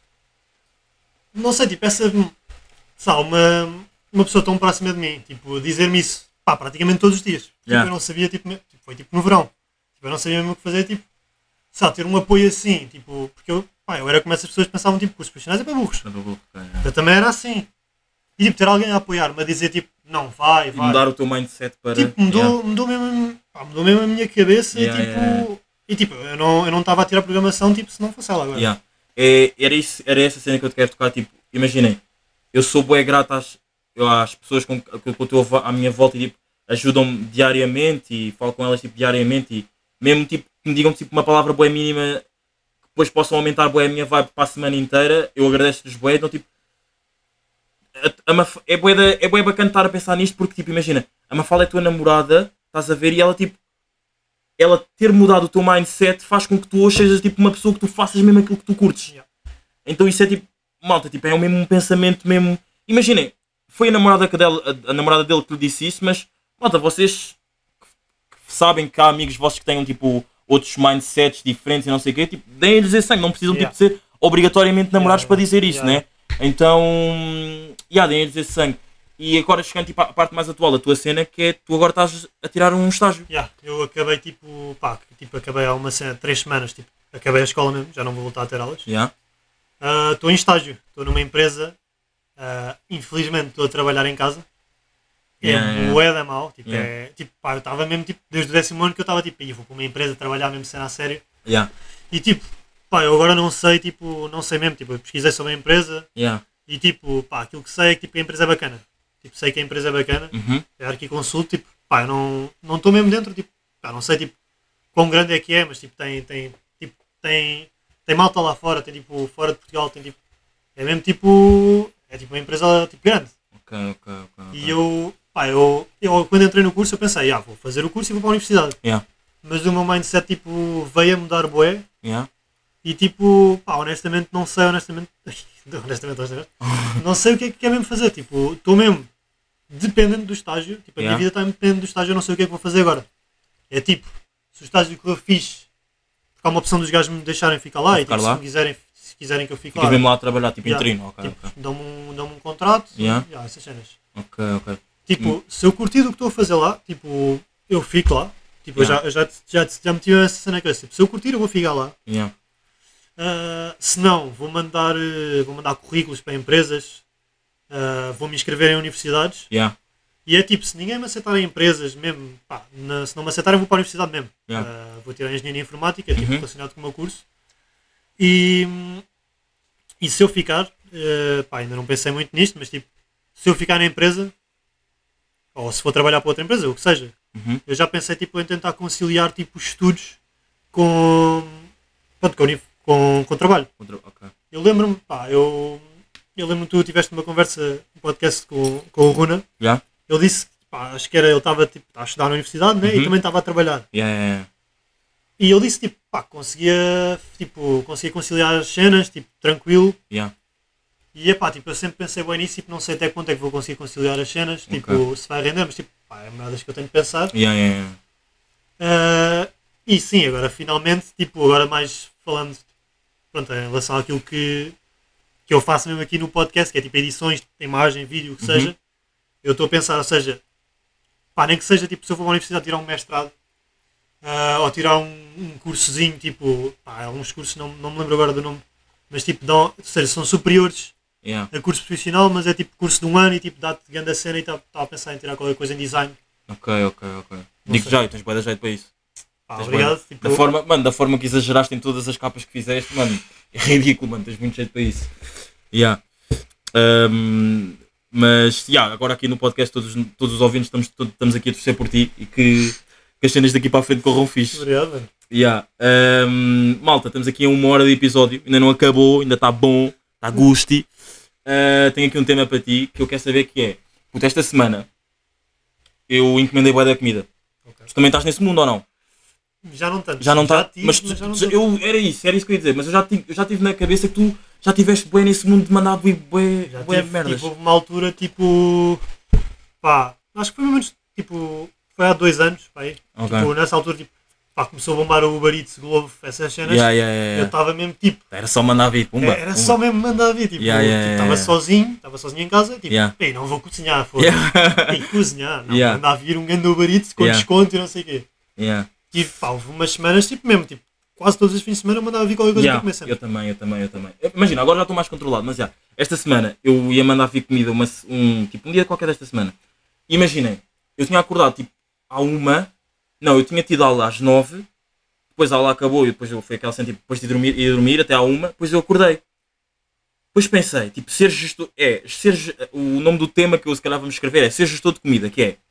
não sei, tipo, sabe, uma pessoa tão próxima de mim, tipo, dizer-me isso, pá, praticamente todos os dias, tipo, eu não sabia, tipo, foi tipo no verão, tipo, eu não sabia mesmo o que fazer, tipo, sabe, ter um apoio assim, tipo, porque eu era como essas pessoas pensavam, tipo, cursos profissionais é para burros. Eu também era assim. E tipo, ter alguém a apoiar-me, a dizer, tipo, não, vai. Mudar o teu mindset para... Tipo, mudou mesmo a minha cabeça e tipo, eu não estava a tirar a programação, tipo, se não fosse ela agora. Yeah. Era essa cena que eu te quero tocar, tipo, imaginem, eu sou bué grato às pessoas que eu estou à minha volta e tipo, ajudam-me diariamente e falo com elas tipo, diariamente e mesmo tipo, que me digam tipo, uma palavra bué mínima que depois possam aumentar bué a minha vibe para a semana inteira, eu agradeço-lhes bué, então tipo, é bué bacana estar a pensar nisto porque tipo, imagina, a Mafalda é a tua namorada, estás a ver, e ela tipo, ela ter mudado o teu mindset faz com que tu hoje sejas tipo uma pessoa que tu faças mesmo aquilo que tu curtes. Yeah. Então isso é tipo, malta, tipo, é o mesmo pensamento mesmo. Imaginem, foi a namorada dele que lhe disse isso, mas malta, vocês que sabem que há amigos vossos que tenham tipo outros mindsets diferentes e não sei o quê, tipo, deem-lhes esse sangue, não precisam tipo ser obrigatoriamente namorados para dizer isso, né? Então, deem-lhes esse sangue. E agora chegando tipo, à parte mais atual da tua cena, que é tu agora estás a tirar um estágio. Eu acabei acabei há 3 semanas, tipo, acabei a escola mesmo, já não vou voltar a ter aulas. Estou em estágio, estou numa empresa, infelizmente estou a trabalhar em casa. Bué da mal, tipo, eu estava mesmo tipo, desde o 10º ano que eu estava tipo, vou para uma empresa trabalhar mesmo cena a sério. E tipo, eu agora não sei mesmo, tipo, eu pesquisei sobre a empresa e tipo, aquilo que sei é que tipo, a empresa é bacana. Tipo, sei que a empresa é bacana, é a Arquiconsult, tipo, eu não estou mesmo dentro, tipo, não sei tipo, quão grande é que é, mas tipo, tem malta lá fora, tem tipo, fora de Portugal, tem tipo, é mesmo tipo, é tipo uma empresa tipo grande. Ok. E eu quando entrei no curso eu pensei, vou fazer o curso e vou para a universidade. Mas o meu mindset tipo, veio a mudar bué. E tipo, honestamente não sei, não sei o que é mesmo fazer, tipo, estou mesmo dependendo do estágio, tipo, a minha vida está dependendo do estágio, eu não sei o que é que vou fazer agora. É tipo, se o estágio correu fixe, porque há uma opção dos gajos me deixarem ficar lá, e tipo, se quiserem que eu fique lá. Ficas mesmo lá a trabalhar, tipo, interino, tipo, dão-me um contrato, essas cenas. Ok. Tipo, se eu curtir do que estou a fazer lá, tipo, eu fico lá. Tipo, eu já meti essa cena na cabeça. Tipo, se eu curtir, eu vou ficar lá. Se não, vou mandar currículos para empresas, vou me inscrever em universidades. E é tipo, se ninguém me aceitar em empresas mesmo, pá, se não me aceitarem, vou para a universidade mesmo. Vou tirar Engenharia Informática, tipo, relacionado com o meu curso. E se eu ficar, pá, ainda não pensei muito nisto, mas tipo, se eu ficar na empresa, ou se for trabalhar para outra empresa, o que seja, eu já pensei tipo, em tentar conciliar tipo, estudos com trabalho. Eu lembro-me, pá, eu lembro-me que tu tiveste uma conversa, um podcast com o Runa. Ele disse, pá, acho que ele estava tipo, a estudar na universidade, né? E também estava a trabalhar. E ele disse, tipo, pá, conseguia conciliar as cenas, tipo, tranquilo. E é pá, tipo, eu sempre pensei bem nisso, tipo, não sei até quanto é que vou conseguir conciliar as cenas, tipo, se vai render, mas tipo, pá, é uma das que eu tenho de pensar. E sim, agora finalmente, tipo, agora mais falando, pronto, em relação àquilo que eu faço mesmo aqui no podcast, que é tipo edições, imagem, vídeo, o que seja, eu estou a pensar, ou seja, pá, nem que seja, tipo, se eu for para a universidade tirar um mestrado, ou tirar um cursozinho, tipo, pá, alguns cursos, não me lembro agora do nome, mas tipo, ou seja, são superiores a curso profissional, mas é tipo curso de um ano e tipo, dá-te grande a cena e está a pensar em tirar qualquer coisa em design. Ok. Digo já, tens bué de jeito para isso. Obrigado. Tipo, da forma que exageraste em todas as capas que fizeste, mano, é ridículo, mano, tens muito jeito para isso. Mas, agora aqui no podcast todos os ouvintes estamos aqui a torcer por ti e que as cenas daqui para a frente corram fixe. Obrigado, mano. Malta, estamos aqui a 1 hora de episódio, ainda não acabou, ainda está bom, está gusti. Tenho aqui um tema para ti que eu quero saber que é, puto, esta semana eu encomendei bué da comida. Tu também estás nesse mundo ou não? Já não tanto. Já não está? Mas era isso que eu ia dizer, mas eu já tive na cabeça que tu já tiveste bué nesse mundo de mandar bué merdas. Tipo, houve uma altura, tipo, pá, acho que foi mesmo, tipo, foi há 2 anos, pá, aí. Tipo, nessa altura, tipo, pá, começou a bombar o Uber Eats, Glovo, essas cenas, eu estava mesmo, tipo... Era só mandar vir, pumba. Era só mesmo mandar vir, tipo, estava sozinho em casa, tipo, ei, não vou cozinhar, foda-se, cozinhar, não, mandar vir um grande Uber Eats com desconto e não sei o quê. Tive, pá, houve umas semanas, tipo, mesmo, tipo, quase todos os fins de semana eu mandava vir qualquer coisa para comer sempre. Eu também. Imagina, agora já estou mais controlado, mas esta semana eu ia mandar vir comida um dia qualquer desta semana. Imaginem, eu tinha acordado, tipo, eu tinha tido aula às 9, depois a aula acabou e depois foi aquela cena, tipo, depois de dormir até à 1, depois eu acordei. Depois pensei, tipo, ser gestor, o nome do tema que eu se calhar vamos escrever é ser gestor de comida, que é,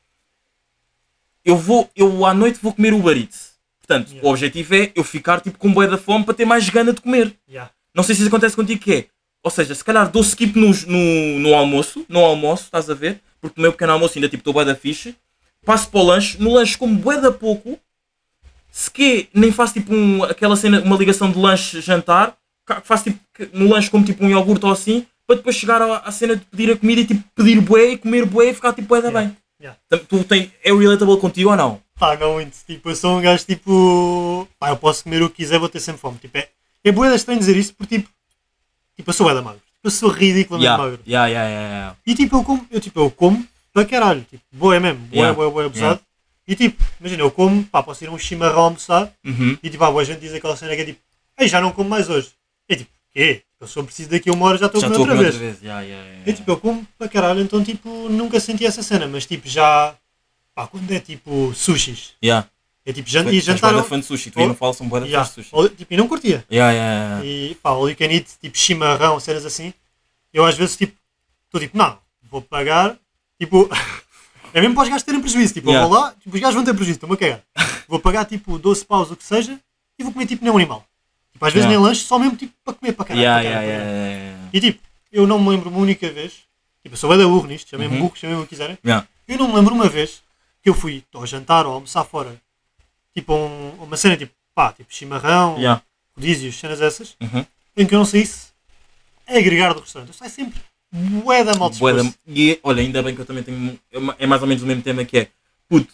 eu à noite vou comer Uber Eats. Portanto, o objetivo é eu ficar tipo com bué da fome para ter mais gana de comer. Não sei se isso acontece contigo, que é, ou seja, se calhar dou skip no almoço, estás a ver? Porque no meu pequeno almoço ainda tipo estou bué da fixe. Passo para o lanche, no lanche como bué da pouco, se que nem faço tipo aquela cena, uma ligação de lanche-jantar, faço tipo no lanche como tipo um iogurte ou assim, para depois chegar à cena de pedir a comida e tipo pedir bué e comer bué e ficar tipo bué da bem. É relatable contigo ou não? Pá, não muito. Tipo, eu sou um gajo tipo... Pá, eu posso comer o que quiser, vou ter sempre fome. Tipo, é bué estranho dizer isto porque tipo eu sou bué da magro. Tipo, eu sou ridiculamente magro. E tipo, eu como para caralho. Tipo, boé mesmo. Boé abusado. E tipo, imagina, eu como, pá, posso ir a um chimarrão almoçar e tipo, boa gente diz aquela cena que é tipo, ei, já não como mais hoje. É tipo, quê? Eu só preciso daqui a 1 hora já estou a comer outra vez. E tipo, eu como para caralho, então tipo, nunca senti essa cena, mas tipo, já, pá, quando é tipo sushis. É tipo, e jantar... fã de sushi, tu aí não falas um bué de fã de sushi. Tipo, e não curtia. E pá, all you can eat, tipo, chimarrão, cenas assim, eu às vezes tipo, estou tipo, não, vou pagar, tipo... É mesmo para os gajos terem prejuízo, tipo, eu vou lá, tipo, os gajos vão ter prejuízo, estou-me a cagar. Vou pagar tipo 12 paus, o que seja, e vou comer tipo nem um animal. Tipo, às vezes nem lanche, só mesmo tipo para comer para caralho. E tipo, eu não me lembro uma única vez, tipo, eu sou bem da burro nisto, chamei-me burro, chamei-me o que quiserem. Eu não me lembro uma vez que eu fui ao jantar ou almoçar fora, tipo, uma cena tipo, pá, tipo rodízios, cenas essas, em que eu não saísse a agregar do restaurante. Eu saio sempre bué da mal Bué disposto. E olha, ainda bem que eu também tenho. É mais ou menos o mesmo tema que é. Puto,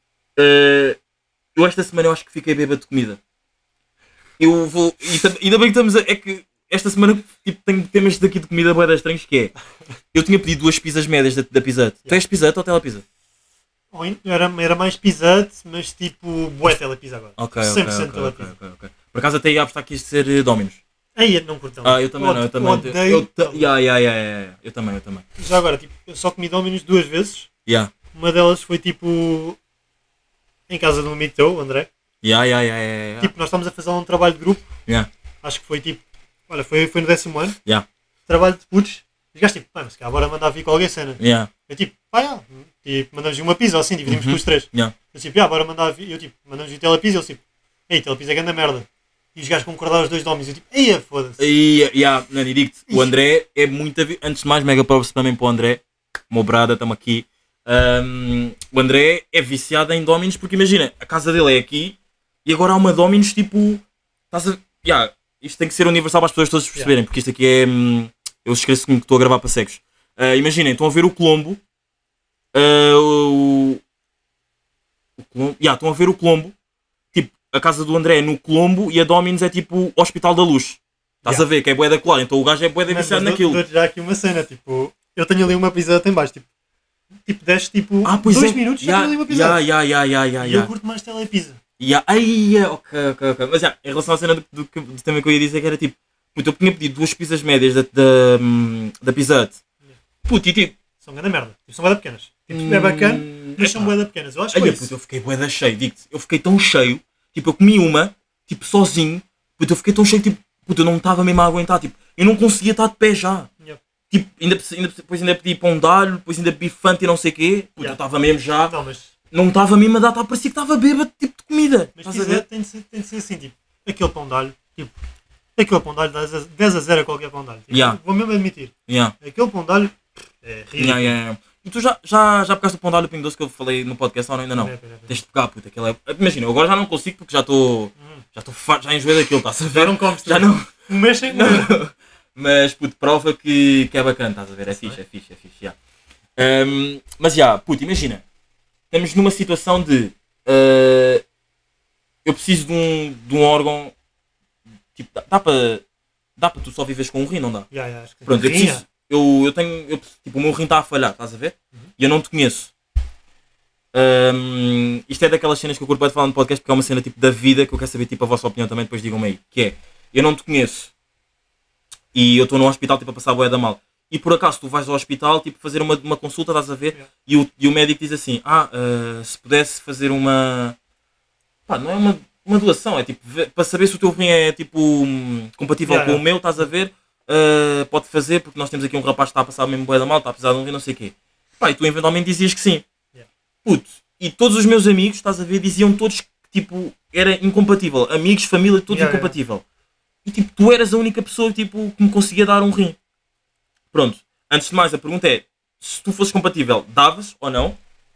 eu esta semana eu acho que fiquei bêbado de comida. Eu vou. Ainda bem que estamos a. É que esta semana tipo, tenho temas daqui de comida bué das estranhos que é. Eu tinha pedido 2 pizzas médias da Pizza Hut. Tu és Pizza Hut ou Telepizza? Era mais Pizza Hut, mas tipo, bué Telepizza agora. Ok, 100% Telepizza. ok. Por acaso até ia apostar que isto ser Domino's. Aí não curto. Eu também não, eu também. Eu também. Já agora, tipo, eu só comi Domino's 2 vezes. Yeah. Uma delas foi tipo em casa de um amigo teu, o André. Tipo, nós estamos a fazer um trabalho de grupo. Yeah. Acho que foi tipo, olha, foi no 10º ano. Yeah. Trabalho de putos. E os gajos tipo, mas se calhar bora mandar vir com alguém cena. Yeah. Eu tipo, tipo, mandamos vir uma pizza assim, dividimos com os 3. Yeah. Eu tipo, bora mandar vir. Eu tipo, mandamos vir Telepizza. Eu tipo, ei, Telepizza é grande merda. E os gajos concordaram os 2 Domino's. Eu tipo, eia, foda-se. Não, e digo-te, o André é muito. Antes de mais, mega props também para o André. Meu brada, estamos aqui. O André é viciado em Domino's porque imagina, a casa dele é aqui e agora há uma Domino's tipo. Isto tem que ser universal para as pessoas todas perceberem, porque isto aqui é. Eu esqueço-me que estou a gravar para cegos. Imaginem, estão a ver o Colombo. Estão a ver o Colombo. Tipo, a casa do André é no Colombo e a Domino's é tipo o Hospital da Luz. Estás a ver que é bué da colar, então o gajo é bué da viciado naquilo. Dou-te já aqui uma cena, tipo, eu tenho ali uma pizza até em baixo, tipo, desce tipo Pois 2 minutos já tenho ali uma pizza. E eu Yeah. curto mais Telepizza. Ok. Mas em relação à cena do tema que eu ia dizer que era tipo, puto, eu tinha pedido 2 pizzas médias da Pizza Hut. Puto, e tipo. São grande merda, tipo, são bué da pequenas. Tipo, é bacana, mas são bué da pequenas. Eu acho que foi isso. Puto, eu fiquei bué da cheio, digo-te. Eu fiquei tão cheio, tipo, eu comi uma, tipo, sozinho. Puto, eu fiquei tão cheio, tipo, puto, eu não estava mesmo a aguentar, tipo, eu não conseguia estar de pé já. Yeah. Tipo, depois ainda pedi pão de alho, depois ainda pedi Fanta e não sei o quê. Puto, eu estava mesmo já. Não estava mesmo a dar, parecia que estava bêbado, tipo, de comida. Mas Pizza tem de ser assim, tipo, aquele pão de alho, tipo, aquele pão de alho dá 10-0 a qualquer pão de alho. Tipo, vou mesmo admitir. Aquele pão de alho é ridículo. E tu já pegaste o pão de alho Pingo Doce que eu falei no podcast ou ainda não? Tens de pegar, puta, aquele é. Imagina, eu agora já não consigo porque já estou farto, já enjoei daquilo, estás a ver? Já não comes, já não. Um mês sem comer. Mas, puto, prova que é bacana, estás a ver? É fixe, já. Mas puto, imagina. Estamos numa situação de eu preciso de um órgão. Tipo, dá para tu só vives com um rim, não dá? Acho que pronto, eu preciso. Tipo, o meu rim está a falhar, estás a ver? E eu não te conheço. Isto é daquelas cenas que eu curto de falar no podcast porque é uma cena tipo da vida que eu quero saber tipo a vossa opinião também, depois digam-me aí. Que é, eu não te conheço e eu estou num hospital tipo a passar a boia da mal. E por acaso tu vais ao hospital tipo fazer uma consulta, estás a ver? E o médico diz assim, se pudesse fazer uma... não é uma doação, é tipo para saber se o teu rim é tipo compatível com o meu, estás a ver? Pode fazer porque nós temos aqui um rapaz que está a passar mesmo boia da mal, está a precisar de um rim, não sei o quê. E tu eventualmente dizias que sim. Puto, e todos os meus amigos, estás a ver, diziam todos que tipo era incompatível, amigos, família, tudo incompatível. E tipo, tu eras a única pessoa tipo, que me conseguia dar um rim. Pronto, antes de mais a pergunta é, se tu fosses compatível, davas ou não?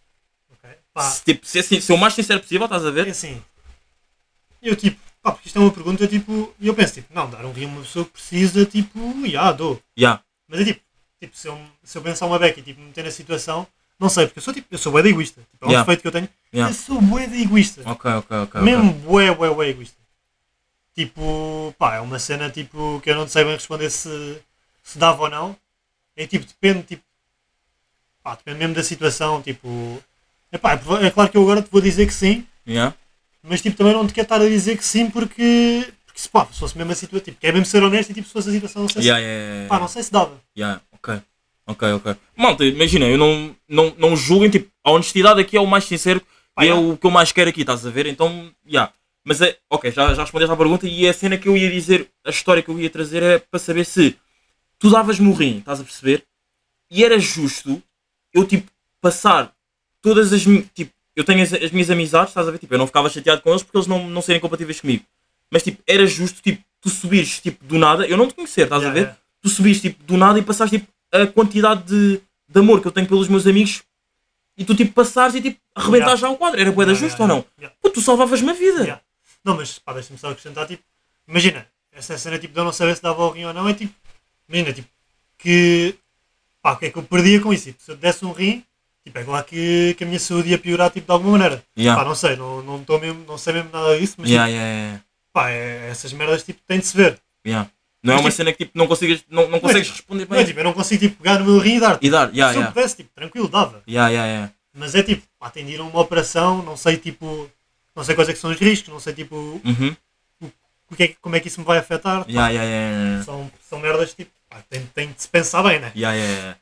Se o mais sincero possível, estás a ver? É assim, eu tipo, porque isto é uma pergunta tipo, e eu penso tipo, não, dar um rim a uma pessoa que precisa, tipo, dou. Mas é tipo se eu pensar uma beca e tipo, me meter na situação, não sei, porque eu sou bué de egoísta. Tipo, é um defeito que eu tenho. Eu sou bué de egoísta. Ok. Mesmo bué egoísta. Tipo, é uma cena tipo que eu não sei bem responder se dava ou não. É tipo, depende mesmo da situação, tipo... É claro que eu agora te vou dizer que sim. Mas tipo, também não te quero estar a dizer que sim porque se fosse mesmo a situação, tipo, quer mesmo ser honesto e tipo, se fosse a situação, não sei se... não sei se dava. Ok. Malta, imagina, eu não julguem, tipo, a honestidade aqui é o mais sincero e é o que eu mais quero aqui, estás a ver? Então, Mas já respondeste à pergunta e a cena que eu ia dizer, a história que eu ia trazer é para saber se tu davas-me o rim, estás a perceber? E era justo eu, tipo, passar todas as minhas, tipo, eu tenho as minhas amizades, estás a ver? Tipo, eu não ficava chateado com eles porque eles não serem compatíveis comigo. Mas, tipo, era justo, tipo, tu subires, tipo, do nada, eu não te conhecer, estás a ver? Tu subires, tipo, do nada e passares, tipo, a quantidade de amor que eu tenho pelos meus amigos e tu tipo passares e tipo arrebentares já o quadro. Era bué da justo ou não? Pô, tu salvavas-me a vida. Não, mas deixa-me só acrescentar, tipo, imagina, essa cena tipo de eu não saber se dava o rim ou não é tipo, imagina, tipo, que Pá, o que é que eu perdia com isso? Tipo, se eu desse um rim, tipo, é claro que a minha saúde ia piorar tipo, de alguma maneira. Yeah. Pá, não sei, não sei mesmo nada disso, mas Yeah, tipo, yeah, yeah. pá, essas merdas tipo, têm de se ver. Yeah. Não é Mas, uma tipo, cena que tipo, não consegues responder Não é bem. tipo, eu não consigo tipo, pegar no meu rim e dar-te. E dar, yeah, Se eu yeah. pudesse, tipo, tranquilo, dava. Yeah, yeah, yeah. Mas é tipo, pá, tem de ir a uma operação, não sei tipo, não sei quais é que são os riscos, não sei tipo, Uhum. como é que isso me vai afetar. Pá, Yeah, yeah, yeah, yeah. são merdas tipo, pá, tem de se pensar bem, né? Yeah, yeah, yeah.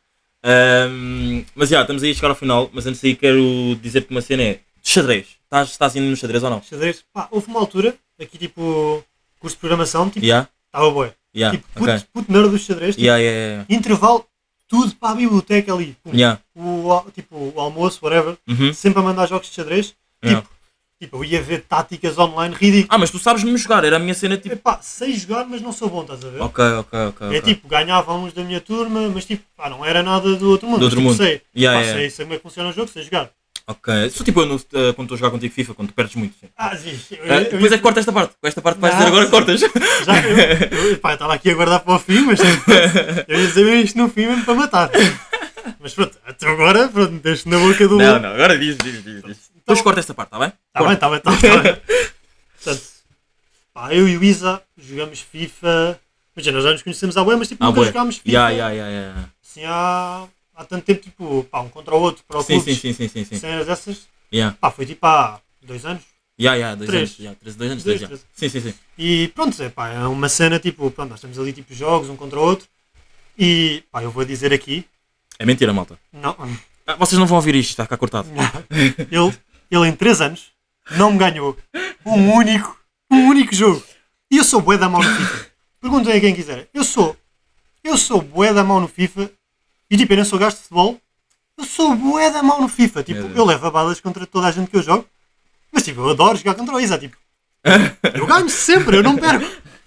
Mas já, estamos aí a chegar ao final, mas antes aí quero dizer-te uma cena é xadrez. Estás indo no xadrez ou não? Xadrez, pá, houve uma altura, aqui tipo, curso de programação, tipo, Yeah, estava bué. yeah, Tipo, ok. puto nerd do xadrez, tipo, Yeah, yeah, yeah. intervalo, tudo para a biblioteca ali. Pum. Yeah. O almoço, whatever, Uhum. sempre a mandar jogos de xadrez. Yeah. Tipo, eu ia ver táticas online ridículas. Ah, mas tu sabes mesmo jogar, era a minha cena tipo. Epá, sei jogar, mas não sou bom, estás a ver? Ok. É tipo, ganhava uns da minha turma, mas tipo, pá, não era nada do outro mundo. Do outro Mas, tipo, mundo. sei, Yeah, pá, yeah. sei como é que funciona o jogo, sei jogar. Ok. Sou tipo eu quando estou a jogar contigo FIFA, quando tu perdes muito. Sim. Sim, Depois é que corta esta parte. Com esta parte que vais Não, dizer agora, sim. cortas. Pá, eu estava aqui a guardar para o fim, mas eu ia dizer isto no fim mesmo para matar. Mas pronto, até agora, pronto, deixo na boca do Não, agora diz. Depois corta esta parte, está bem? Está bem. Portanto, pá, eu e o Isa jogamos FIFA. Imagina, nós já nos conhecemos há bué, mas tipo, nunca bué. jogámos FIFA. Yeah. Assim há tanto tempo, tipo, pá, um contra o outro, para o Sim. cenas dessas. Yeah. Pá, foi tipo há 2 anos. 2 Três. anos. Yeah, 2 anos, Três, já. três. Sim. E pronto, pá, é uma cena tipo, pronto, nós temos ali tipo jogos um contra o outro. E pá, eu vou dizer aqui, É mentira, malta. não, Vocês não vão ouvir isto, está cá cortado. ele em 3 anos não me ganhou um único jogo. E eu sou bué da mão no FIFA. Perguntem a quem quiser. Eu sou bué da mão no FIFA. E tipo, eu não sou gajo de futebol. Eu sou bué da mão no FIFA. Tipo, Meu Deus. eu levo a balas contra toda a gente que eu jogo. Mas tipo, eu adoro jogar contra o Isa. Tipo, eu ganho sempre, eu não perco.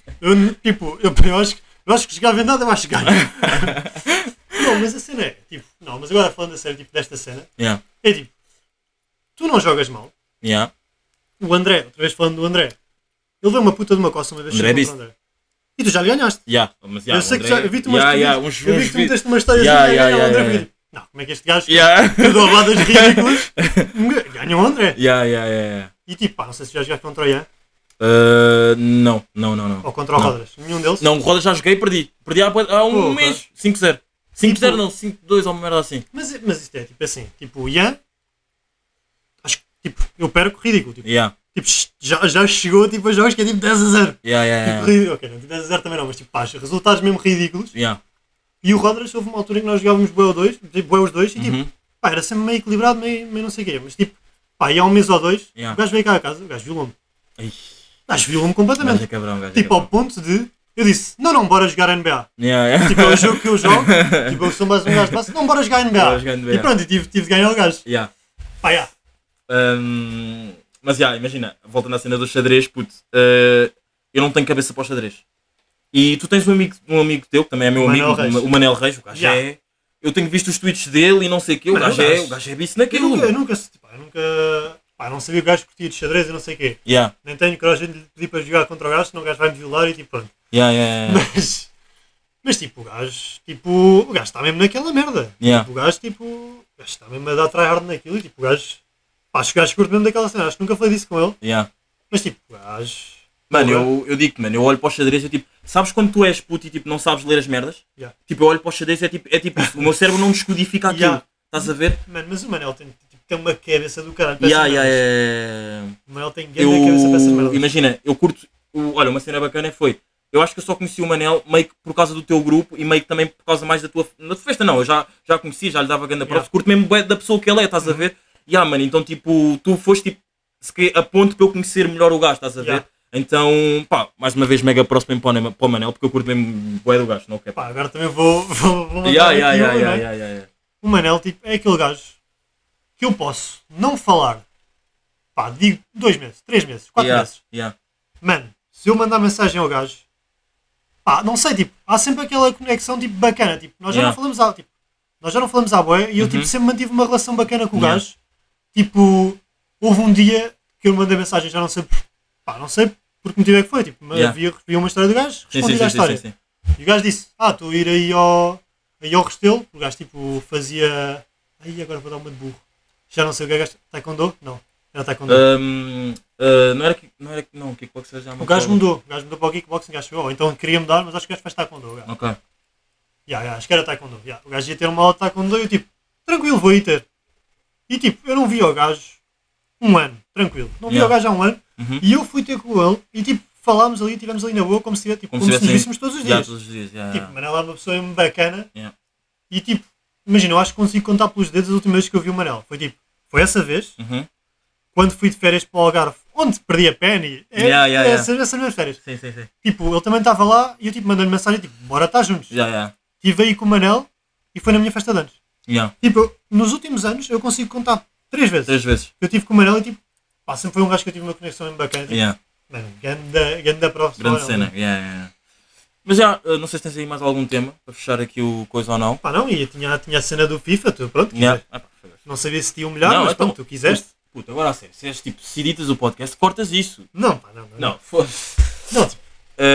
Eu acho que jogar vendado eu acho que ganho. Não, mas a cena é, tipo, não, mas agora falando a sério, tipo, desta cena, Yeah. é tipo, tu não jogas mal. Yeah. O André, outra vez falando do André, ele deu uma puta de uma coça uma vez André contra o disse. André. E tu já lhe ganhaste. Yeah. Mas, Eu sei que já, eu vi-te umas uns eu vi que tu meteste uma história Yeah, assim, yeah, o André yeah, foi tipo, não, como é que este gajo Yeah. que deu abadas ridículas ganha o André. Yeah. E tipo, pá, não sei se já jogaste contra o Ian Não. ou contra o Não. Rodras. Nenhum deles. Não, o Rodas já joguei e perdi. Perdi há um Pô, mês. 5-0. 5-0 Tipo- não, 5-2 ou uma merda assim. Mas isto é tipo assim, tipo, o Ian, acho que tipo, eu perco ridículo. Tipo, Yeah. tipo já chegou tipo, a jogos que é tipo 10-0. Yeah. Tipo, ridículo. Ok, não, tipo 10-0 também não, mas tipo, pá, resultados mesmo ridículos. Yeah. E o Rodras houve uma altura em que nós jogávamos bué os dois e tipo, Uhum. pá, era sempre meio equilibrado, meio não sei o quê. Mas tipo, pá, e há um mês ou dois, Yeah. o gajo veio cá a casa, o gajo violou-me. Ai, O gajo violou-me gajo completamente. é cabrão, gajo é Tipo, ao cabrão. ponto de, eu disse, não, bora jogar NBA. Yeah. Tipo, é o jogo que eu jogo, tipo, eu sou mais um gajo de base, não, bora jogar NBA. Bora jogar NBA. E pronto, e tive de ganhar o gajo. Yeah. Pá, yeah. Mas imagina, voltando à cena do xadrez, puto, eu não tenho cabeça para o xadrez. E tu tens um amigo teu, que também é meu O amigo, Manel Reis. o Manel Reis, o gajo Yeah. é. Eu tenho visto os tweets dele e não sei o quê, o Mano, gajo é bicho naquilo. Eu nunca, pá, não sabia que o gajo curtia de xadrez e não sei o quê. Yeah. Nem tenho coragem de lhe pedir para jogar contra o gajo, senão o gajo vai me violar e tipo, pronto. Yeah. Mas tipo, o gajo está mesmo naquela merda. Yeah. Tipo, o gajo está mesmo a dar tryhard naquilo e tipo, o gajo, pá, acho que o gajo curte mesmo daquela cena, acho que nunca falei disso com ele, Yeah. mas tipo, o gajo... Mano, eu digo-te, mano, eu olho para o xadrez e tipo, sabes quando tu és puto e tipo, não sabes ler as merdas? Yeah. Tipo, eu olho para o xadrez e é tipo isso, o meu cérebro não descodifica aquilo. Yeah. Estás a ver? Mano, mas o Manel tem uma cabeça do caralho para essas merdas. O Manel tem grande cabeça para essas merdas. Imagina, eu curto. Olha, uma cena bacana foi. Eu acho que eu só conheci o Manel meio que por causa do teu grupo e meio que também por causa mais da tua festa. Não, eu já conheci, já lhe dava grande props. Yeah. Curto mesmo bué da pessoa que ele é, estás a ver? Mano, então tipo, tu foste tipo, a ponto para eu conhecer melhor o gajo, estás a ver? Yeah. Então, pá, mais uma vez mega próximo para o Manel, porque eu curto mesmo bué do gajo, não quer? Pá, agora também vou mandar aqui uma, né? O Manel, tipo, é aquele gajo que eu posso não falar, pá, digo 2 meses, 3 meses, 4 meses. Mano, se eu mandar mensagem ao gajo, pá, não sei, tipo, há sempre aquela conexão, tipo, bacana, tipo, nós já não falamos à bué e eu, tipo, sempre mantive uma relação bacana com o gajo. Tipo, houve um dia que eu mandei mensagem, já não sei, pá, não sei por que motivo é que foi, tipo, vi uma história do gajo, respondi à história. Sim. E o gajo disse, estou a ir aí ao aí ao Restelo, o gajo tipo fazia... Aí agora vou dar uma de burro. Já não sei o que é gajo... Taekwondo? Não. Era Taekwondo. Não, o kickboxer já o gajo mudou. O gajo mudou para o kickboxing, acho eu. Então queria mudar, mas acho que o gajo faz Taekwondo. Ok. Acho que era Taekwondo. O gajo ia ter uma aula de Taekwondo e eu tipo, tranquilo, vou ir ter. E tipo, eu não vi o gajo um ano, tranquilo. Não vi o gajo há um ano. E eu fui ter com ele e tipo, falámos ali, estivemos ali na boa como se nos víssemos todos os dias. Tipo, Manel era uma pessoa bacana. E tipo, imagina, eu acho que consigo contar pelos dedos as últimas vezes que eu vi o Manel. Foi essa vez, quando fui de férias para o Algarve, onde perdi a Penny. Essas minhas férias. Sim. Tipo, ele também estava lá e eu tipo, mandei-lhe mensagem, tipo, bora estar juntos. Estive aí com o Manel e foi na minha festa de anos. Tipo, nos últimos anos eu consigo contar 3 vezes. Eu tive com o Manel e tipo, sempre foi um gajo que eu tive uma conexão bem bacana. Tipo, mano, ganda professor. Grande cena. Mas não sei se tens aí mais algum tema para fechar aqui o coisa ou não. Não, e tinha a cena do FIFA, tu pronto, não sabia se te ia humilhar, mas pronto, tu quiseste. Puta, agora a sério, se és tipo, se editas o podcast, cortas isso. Não. Foda-se. Não, tipo...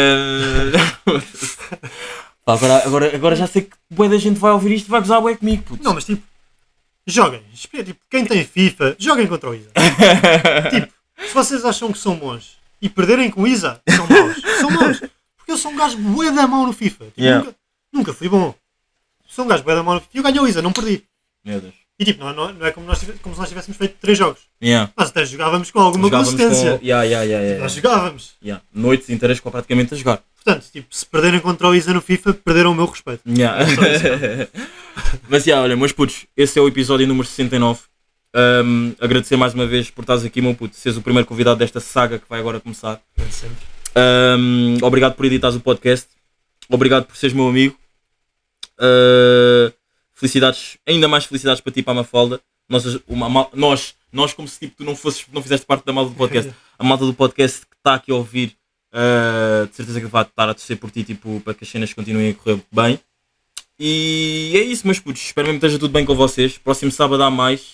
Agora já sei que bué da gente vai ouvir isto e vai gozar bué comigo, puto. Não, mas tipo, joguem. Tipo, quem tem FIFA, joguem contra o Isa. Tipo, se vocês acham que são bons e perderem com o Isa, são maus. Porque eu sou um gajo bué da mão no FIFA. Tipo, nunca fui bom. Sou um gajo bué da mão no FIFA. E eu ganhei o Isa, não perdi. Meu Deus. E tipo, não é como se nós tivéssemos feito 3 jogos. Nós até jogávamos com alguma consistência. Nós jogávamos. Noites inteiras praticamente a jogar. Portanto, tipo, se perderem contra o Isa no FIFA, perderam o meu respeito. Mas olha, meus putos, esse é o episódio número 69. Agradecer mais uma vez por estares aqui, meu puto. Seres o primeiro convidado desta saga que vai agora começar. Sempre. Obrigado por editares o podcast. Obrigado por seres meu amigo. Felicidades, ainda mais felicidades para ti e para a Mafalda. Nós como se tipo, tu não fizeste parte da malta do podcast. A malta do podcast que está aqui a ouvir, de certeza que vai estar a torcer por ti, tipo, para que as cenas continuem a correr bem. E é isso, meus putos. Espero mesmo que esteja tudo bem com vocês. Próximo sábado há mais.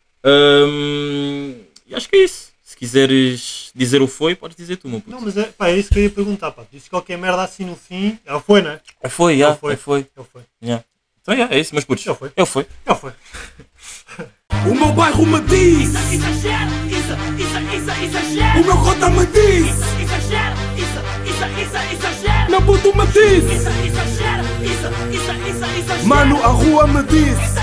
E acho que é isso. Se quiseres dizer o foi, podes dizer tu, meu puto. Não, mas é isso que eu ia perguntar, pá. Disse qualquer merda assim no fim. É o foi, não é? É foi. Então é isso, meus putos. É o foi. O meu bairro me diz. Exagero, exagero. O meu cota me diz. Exagero, exagero. Meu puto me diz. Exagero, exagero. Mano, a rua me diz.